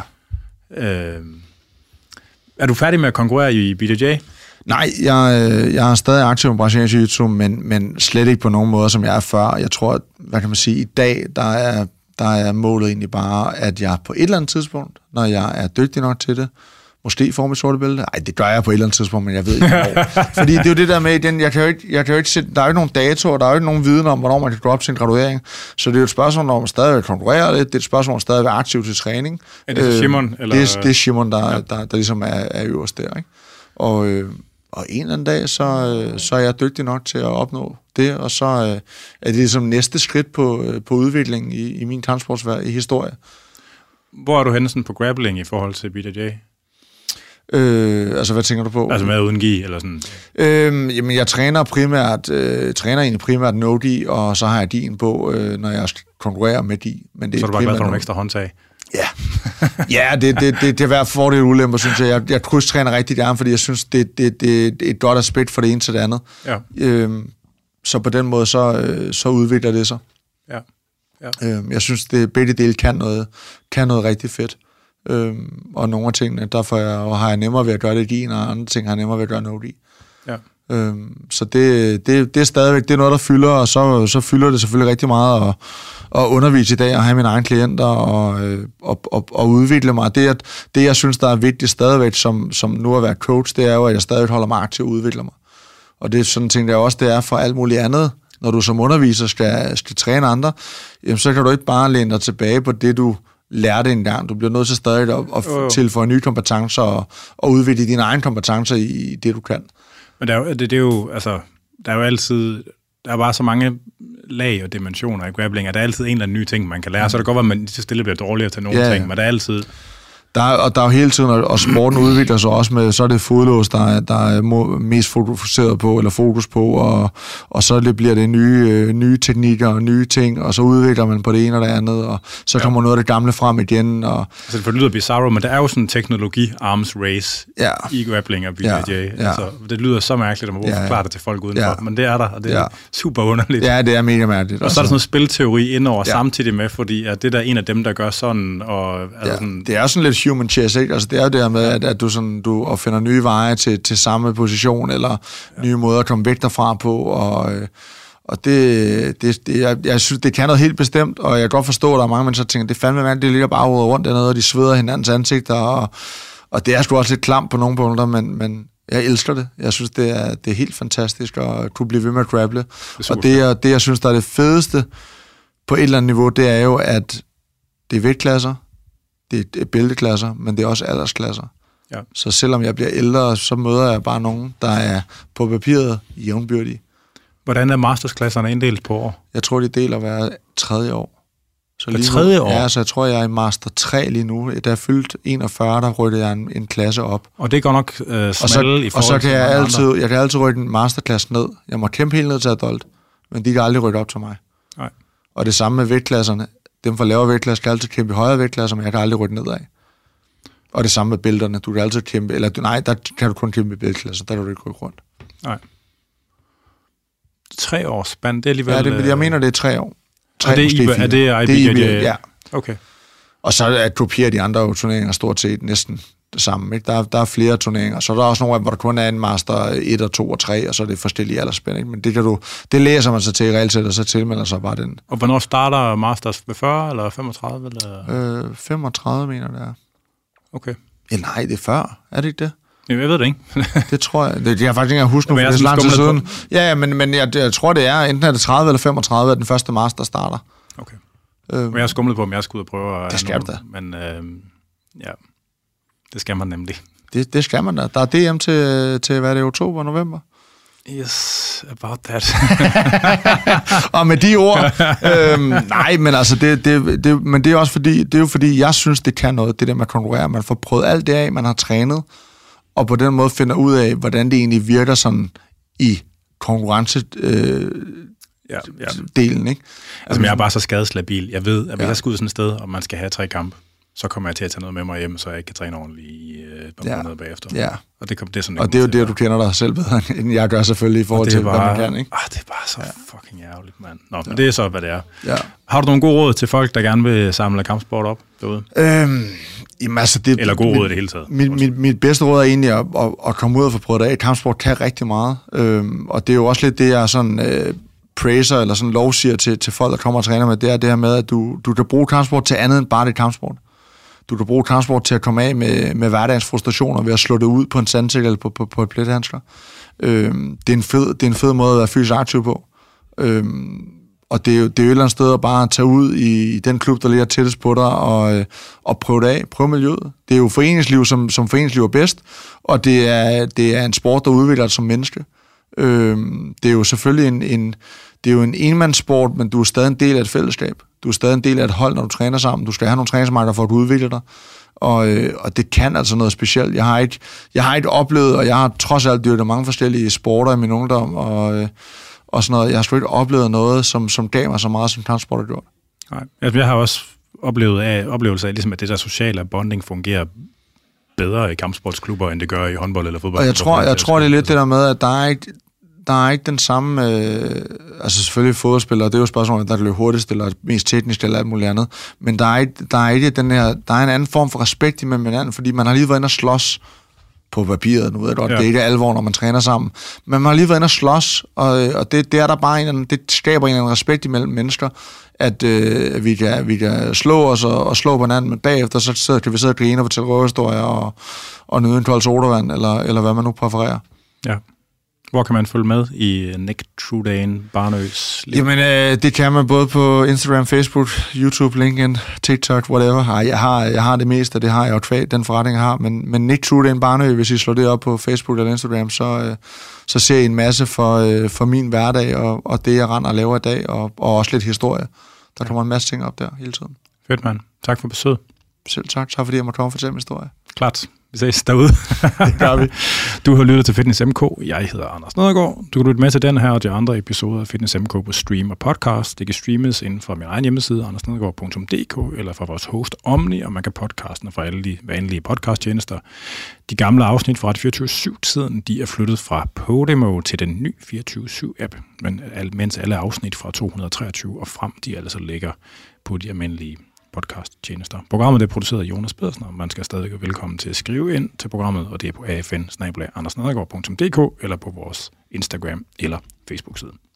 Er du færdig med at konkurrere i BJJ? Nej, jeg er stadig aktiv i brasiliansk jiu-jitsu, men slet ikke på nogen måde, som jeg er før. Jeg tror, at, hvad kan man sige, i dag, der er målet egentlig bare, at jeg på et eller andet tidspunkt, når jeg er dygtig nok til det, måske får mit sorte bælte. Nej, det gør jeg på et eller andet tidspunkt, men jeg ved ikke hvornår. Fordi det er jo det der med, jeg kan jo ikke sætte, der er jo ikke nogen datoer, der er jo ikke nogen viden om, hvornår man kan gå op til en graduering. Så det er jo et spørgsmål om at stadig konkurrere lidt, det er et spørgsmål om at stadig være aktiv til træning. Er det Shimon? Eller? Det er Shimon, der ligesom er øverst der, ikke? Og en eller anden dag, så er jeg dygtig nok til at opnå det, og så er det ligesom næste skridt på udviklingen i min kampsportsverden, i historie. Hvor er du henne sådan på grappling i forhold til BJJ? Altså, hvad tænker du på? Altså med uden gi, eller sådan? Jamen, jeg træner primært no-gi, og så har jeg gien på, når jeg konkurrerer med gi. Men det så er du bare glad for nogle ekstra håndtag? Ja, det er hver fordel og ulemper, synes jeg. Jeg krydstræner rigtig gerne, fordi jeg synes, det er et godt aspekt for det ene til det andet. Ja. Så på den måde, så udvikler det sig. Ja. Jeg synes, begge dele kan noget rigtig fedt. Og nogle af tingene, derfor har jeg nemmere ved at gøre det i en, og andre ting har jeg nemmere ved at gøre noget i. Ja. Så det er stadigvæk det er noget, der fylder, og så fylder det selvfølgelig rigtig meget at undervise i dag, og have mine egne klienter, og udvikle mig. Det, jeg synes, der er vigtigt stadigvæk, som nu at være coach, det er jo, at jeg stadig holder mig aktiv og udvikler mig. Og det er sådan en ting, der også det er for alt muligt andet. Når du som underviser skal træne andre, jamen, så kan du ikke bare læne dig tilbage på det, du lærte engang. Du bliver nødt til stadig at tilføje nye kompetencer og udvikle dine egne kompetencer i det, du kan. Men det er jo, altså, der er jo altid, der er bare så mange lag og dimensioner i grappling, at der er altid en eller anden ny ting, man kan lære. Så det kan godt være, at man til stille bliver dårligere til nogle ting, men der er altid... Der er jo hele tiden, og sporten udvikler sig også med, så er det fodlås, der er mest fokuseret på, eller fokus på, og så bliver det nye teknikker og nye ting, og så udvikler man på det ene og det andet, og så kommer noget af det gamle frem igen. Og altså, det lyder bizarro, men der er jo sådan en teknologi-arms race i grappling og BJJ. Altså, det lyder så mærkeligt, at man må forklare det til folk udenfor, men det er der, og det er super underligt. Ja, det er mega mærkeligt. Og så er der sådan noget spilteori indover samtidig med, fordi at det der er en af dem, der gør sådan, og sådan... Det er sådan lidt human chess, ikke? Altså, det er jo det her med, at du finder nye veje til samme position, eller nye måder at komme væk derfra på, og jeg synes, det kan noget helt bestemt, og jeg kan godt forstå, at der er mange mennesker, der tænker, det er fandme mand, det ligger bare rundt dernede, og de sveder hinandens ansigter, og det er sgu også lidt klamt på nogle punkter, men jeg elsker det. Jeg synes, det er helt fantastisk at kunne blive ved med at grapple. Og det, jeg synes, der er det fedeste på et eller andet niveau, det er jo, at det er vægtklasser, det er bælteklasser, men det er også aldersklasser. Ja. Så selvom jeg bliver ældre, så møder jeg bare nogen, der er på papiret jævnbyrdige. Hvordan er mastersklasserne inddelt på år? Jeg tror, de deler hver 3. år. Så lige 3. år? Ja, så jeg tror, jeg er i master 3 lige nu. Da jeg fyldte 41, der rykkede jeg en klasse op. Og det går nok smalle i forhold til... Og så kan jeg kan altid rykke en masterklasse ned. Jeg må kæmpe helt ned til adult, men de kan aldrig rykke op til mig. Nej. Og det samme med vægtklasserne. Dem fra lavere vægtklasser kan altid kæmpe i højere vægtklasser, men jeg kan aldrig rykke nedad. Og det samme med bælterne. Du kan altid kæmpe... der kan du kun kæmpe i bæltklasser. Der kan du ikke rykke rundt. Nej. 3 års spand, det er alligevel... Ja, jeg mener, det er 3 år. 3 er det IBJJ? Ja. Okay. Og så er grupperer de andre turneringer stort set næsten det samme. Ikke? Der er flere turneringer. Så er der også nogle af dem, hvor der kun er en master 1 og 2 og 3, og så er det forskellige aldersspænd. Ikke? Men det læser man sig til i reelt og så tilmelder sig bare den. Og hvornår starter masters? Ved 40 eller 35? Eller? 35 mener det er. Okay. Ja, nej, det er før. Er det ikke det? Jeg ved det ikke. Det tror jeg. Jeg har faktisk ikke husket nu, for det er så lang tid siden. Ja, men jeg tror, det er enten er det 30 eller 35, at den første master starter. Okay. Men jeg har skumlet på, om jeg skal ud og prøve. Det skal du da. Men ja, det skal man nemlig. Det skal man da. Der er DM til hvad er det, oktober, november? Yes, about that. Og med de ord, nej, men altså, men det er også fordi, det er jo fordi, jeg synes, det kan noget, det der med at konkurrere. Man får prøvet alt det af, man har trænet, og på den måde finder ud af, hvordan det egentlig virker sådan i konkurrencedelen, ikke? Altså, jeg er bare så skadeslabil. Jeg ved, at hvis jeg skal ud sådan et sted, og man skal have 3 kampe, så kommer jeg til at tage noget med mig hjem, så jeg ikke kan træne ordentligt i måneder bagefter. Ja. Og det er sådan, og det er jo det, du kender dig selv bedre, end jeg gør selvfølgelig i forhold til, hvad man kan, ikke? Det er bare så fucking ærgerligt, mand. Nå, men det er så, hvad det er. Ja. Har du nogle gode råd til folk, der gerne vil samle kampsport op derude? Jamen, altså eller gode råd i det hele taget? Mit bedste råd er egentlig at komme ud og få prøvet det af. Kampsport kan rigtig meget, og det er jo også lidt det, jeg sådan... praiser eller sådan lovsiger til folk, der kommer og træner med, det er det her med, at du kan bruge kampsport til andet end bare det kampsport. Du kan bruge kampsport til at komme af med hverdagens frustrationer ved at slå det ud på en sandsæk eller på et plethandsker. Det er en fed måde at være fysisk aktiv på. Og det er jo et eller andet sted at bare tage ud i den klub, der ligger tættest på dig, og prøve det af, prøve miljøet. Det er jo foreningsliv, som foreningsliv er bedst, og det er en sport, der udvikler dig som menneske. Det er jo selvfølgelig det er jo en enmandssport, men du er stadig en del af et fællesskab. Du er stadig en del af et hold, når du træner sammen. Du skal have nogle træningsmarker for at udvikle dig. Og det kan altså noget specielt. Jeg har ikke oplevet, og jeg har trods alt dyrket mange forskellige sporter i min ungdom, og sådan noget. Jeg har sgu ikke oplevet noget, som gav mig så meget, som kampsport har gjort. Nej, altså, jeg har også oplevelse af, ligesom, at det der sociale bonding fungerer bedre i kampsportsklubber, end det gør i håndbold eller fodbold. Og jeg tror det er lidt det der med, at der er ikke den samme... altså selvfølgelig fodboldspillere, det er jo spørgsmålet, der løber hurtigst, eller mest teknisk, eller alt muligt andet. Men der er ikke den her... Der er en anden form for respekt imellem hinanden, fordi man har lige været inde og slås på papiret. Nu ved jeg godt, det er ikke alvor, når man træner sammen. Men man har lige været inde og slås, og det er der bare det skaber en respekt imellem mennesker, at vi kan slå os og slå på hinanden, men bagefter så kan vi sidde og grine og fortælle røverhistorier og nyde en kold sodavand, eller hvad man nu præfererer. Ja. Hvor kan man følge med i Nick Trudane Barnøs liv? Jamen, det kan man både på Instagram, Facebook, YouTube, LinkedIn, TikTok, whatever. Jeg har det meste, og det har jeg jo kvæg, den forretning jeg har. Men Nick Trudane Barnø, hvis I slår det op på Facebook eller Instagram, så ser I en masse for min hverdag, og det, jeg render og laver i dag, og også lidt historie. Der kommer en masse ting op der hele tiden. Fedt, mand. Tak for besøget. Selv tak. Tak fordi jeg måtte komme og fortælle min historie. Klart. Vi ses derude. Det gør vi. Du har lyttet til Fitness MK. Jeg hedder Anders Nedergaard. Du kan lytte med til den her og de andre episoder af Fitness MK på stream og podcast. Det kan streames inden for min egen hjemmeside, andersnedergaard.dk, eller fra vores host Omni, og man kan podcasten fra alle de vanlige podcasttjenester. De gamle afsnit fra 24/7-tiden, de er flyttet fra Podimo til den nye 24/7-app, mens alle afsnit fra 223 og frem, de altså ligger på de almindelige podcast-tjenester. Programmet er produceret af Jonas Pedersen, og man skal stadig være velkommen til at skrive ind til programmet, og det er på afn@andersnedergaard.dk eller på vores Instagram eller Facebook-side.